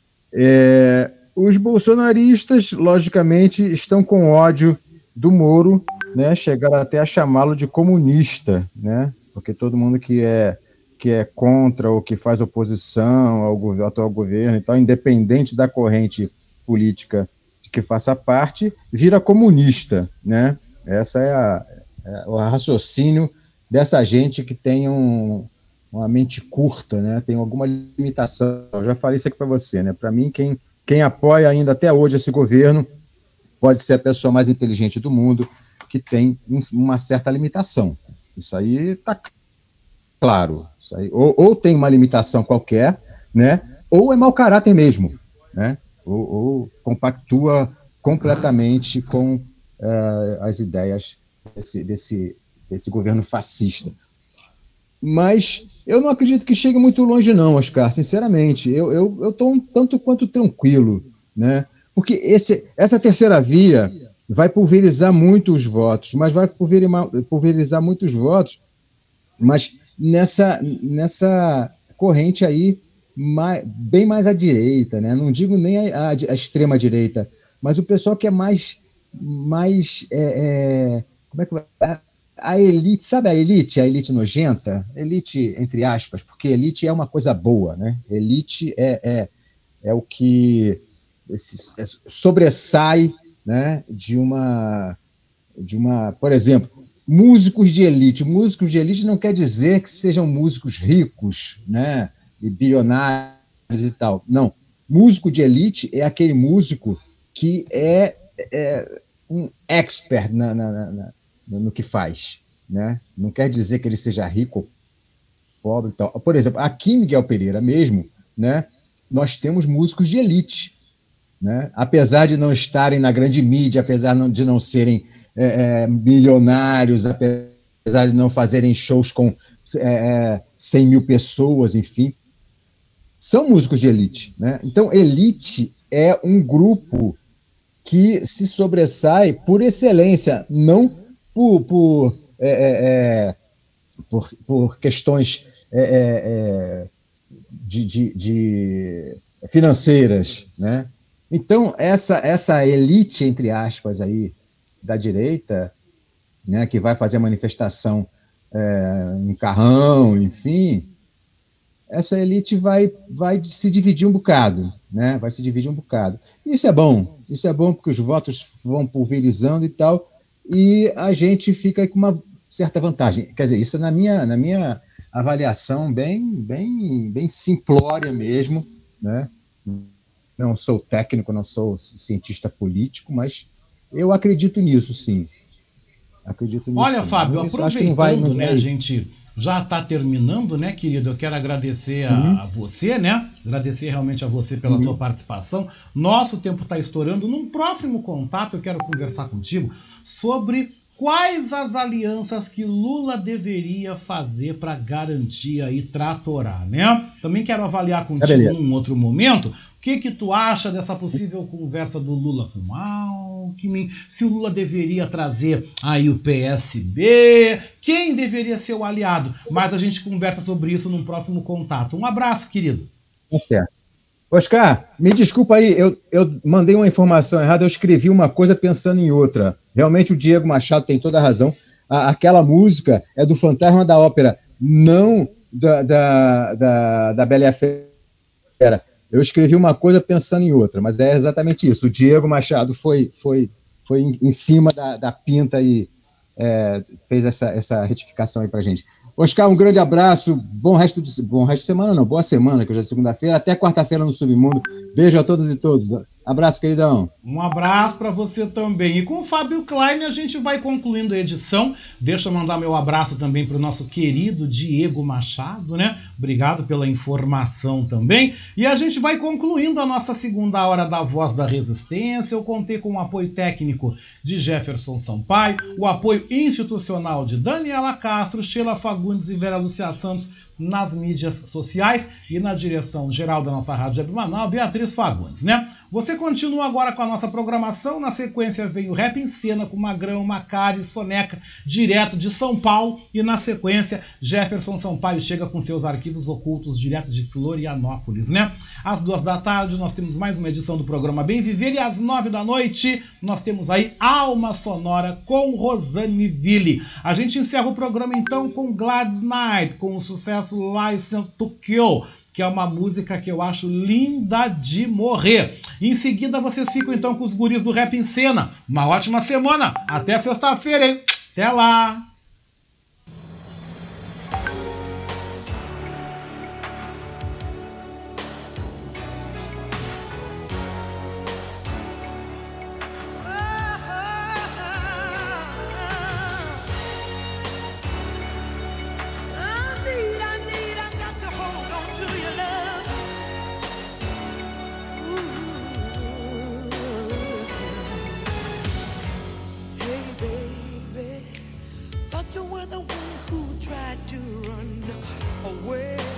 Os bolsonaristas, logicamente, estão com ódio do Moro, né? Chegaram até a chamá-lo de comunista, né? Porque todo mundo que é contra ou que faz oposição ao atual governo e tal, independente da corrente política que faça parte vira comunista, né? Essa é o raciocínio dessa gente que tem uma mente curta, né? Tem alguma limitação. Eu já falei isso aqui para você, né? Para mim, quem apoia ainda até hoje esse governo pode ser a pessoa mais inteligente do mundo, que tem uma certa limitação. Isso aí está claro. Isso aí, ou tem uma limitação qualquer, né? Ou é mau caráter mesmo, né? Ou compactua completamente com as ideias desse governo fascista. Mas eu não acredito que chegue muito longe não, Oscar, sinceramente. Eu estou um tanto quanto tranquilo, né? Porque essa terceira via vai pulverizar muito os votos, mas vai pulverizar muitos votos, mas nessa corrente aí bem mais à direita, né? Não digo nem a extrema direita, mas o pessoal que é mais como é que vai? A elite, sabe a elite nojenta? Elite, entre aspas, porque elite é uma coisa boa, né? Elite é o que sobressai, né, de uma, por exemplo, músicos de elite. Músicos de elite não quer dizer que sejam músicos ricos, né, e bilionários e tal. Não. Músico de elite é aquele músico que é um expert no que faz, né? Não quer dizer que ele seja rico ou pobre e tal. Por exemplo, aqui em Miguel Pereira mesmo, né, nós temos músicos de elite, né? Apesar de não estarem na grande mídia, apesar de não serem milionários, apesar de não fazerem shows com 100 mil pessoas, enfim, são músicos de elite, né? Então, elite é um grupo que se sobressai por excelência, não por questões de financeiras, né? Então, essa elite, entre aspas, aí, da direita, né, que vai fazer a manifestação em carrão, enfim, essa elite vai se dividir um bocado, né? Vai se dividir um bocado. Isso é bom porque os votos vão pulverizando e tal, e a gente fica com uma certa vantagem. Quer dizer, isso é na minha avaliação bem simplória mesmo, né? Não sou técnico, não sou cientista político, mas eu acredito nisso, sim. Acredito nisso. Olha, sim. Fábio, Isso, aproveitando, né, a gente já está terminando, né, querido? Eu quero agradecer a você, né? Agradecer realmente a você pela tua participação. Nosso tempo está estourando. Num próximo contato, eu quero conversar contigo sobre quais as alianças que Lula deveria fazer para garantir aí tratorar, né? Também quero avaliar contigo num outro momento o que tu acha dessa possível conversa do Lula com o Alckmin, se o Lula deveria trazer aí o PSB, quem deveria ser o aliado, mas a gente conversa sobre isso num próximo contato. Um abraço, querido. Tá certo. Oscar, me desculpa aí, eu mandei uma informação errada, eu escrevi uma coisa pensando em outra. Realmente o Diego Machado tem toda a razão. Aquela música é do Fantasma da Ópera, não da Bela e a Fera. Eu escrevi uma coisa pensando em outra, mas é exatamente isso. O Diego Machado foi em cima da pinta e fez essa retificação aí pra gente. Oscar, um grande abraço, bom resto de semana, não, boa semana, que hoje é segunda-feira, até quarta-feira no Submundo. Beijo a todas e todos. Abraço, queridão. Um abraço para você também. E com o Fábio Klein a gente vai concluindo a edição. Deixa eu mandar meu abraço também para o nosso querido Diego Machado, né? Obrigado pela informação também. E a gente vai concluindo a nossa segunda hora da Voz da Resistência. Eu contei com o apoio técnico de Jefferson Sampaio, o apoio institucional de Daniela Castro, Sheila Fagundes e Vera Lúcia Santos nas mídias sociais e na direção geral da nossa Rádio Web Manaus, Beatriz Fagundes, né? Você continua agora com a nossa programação. Na sequência vem o Rap em Cena com Magrão, Macari, Soneca, direto de São Paulo. E na sequência, Jefferson Sampaio chega com seus arquivos ocultos direto de Florianópolis, né? Às 14h nós temos mais uma edição do programa Bem Viver. E às 21h nós temos aí Alma Sonora com Rosane Ville. A gente encerra o programa então com Gladys Knight, com o sucesso License to Kill. que é uma música que eu acho linda de morrer. Em seguida, vocês ficam então com os guris do Rap em Cena. Uma ótima semana. Até sexta-feira, hein? Até lá! You were the one who tried to run away.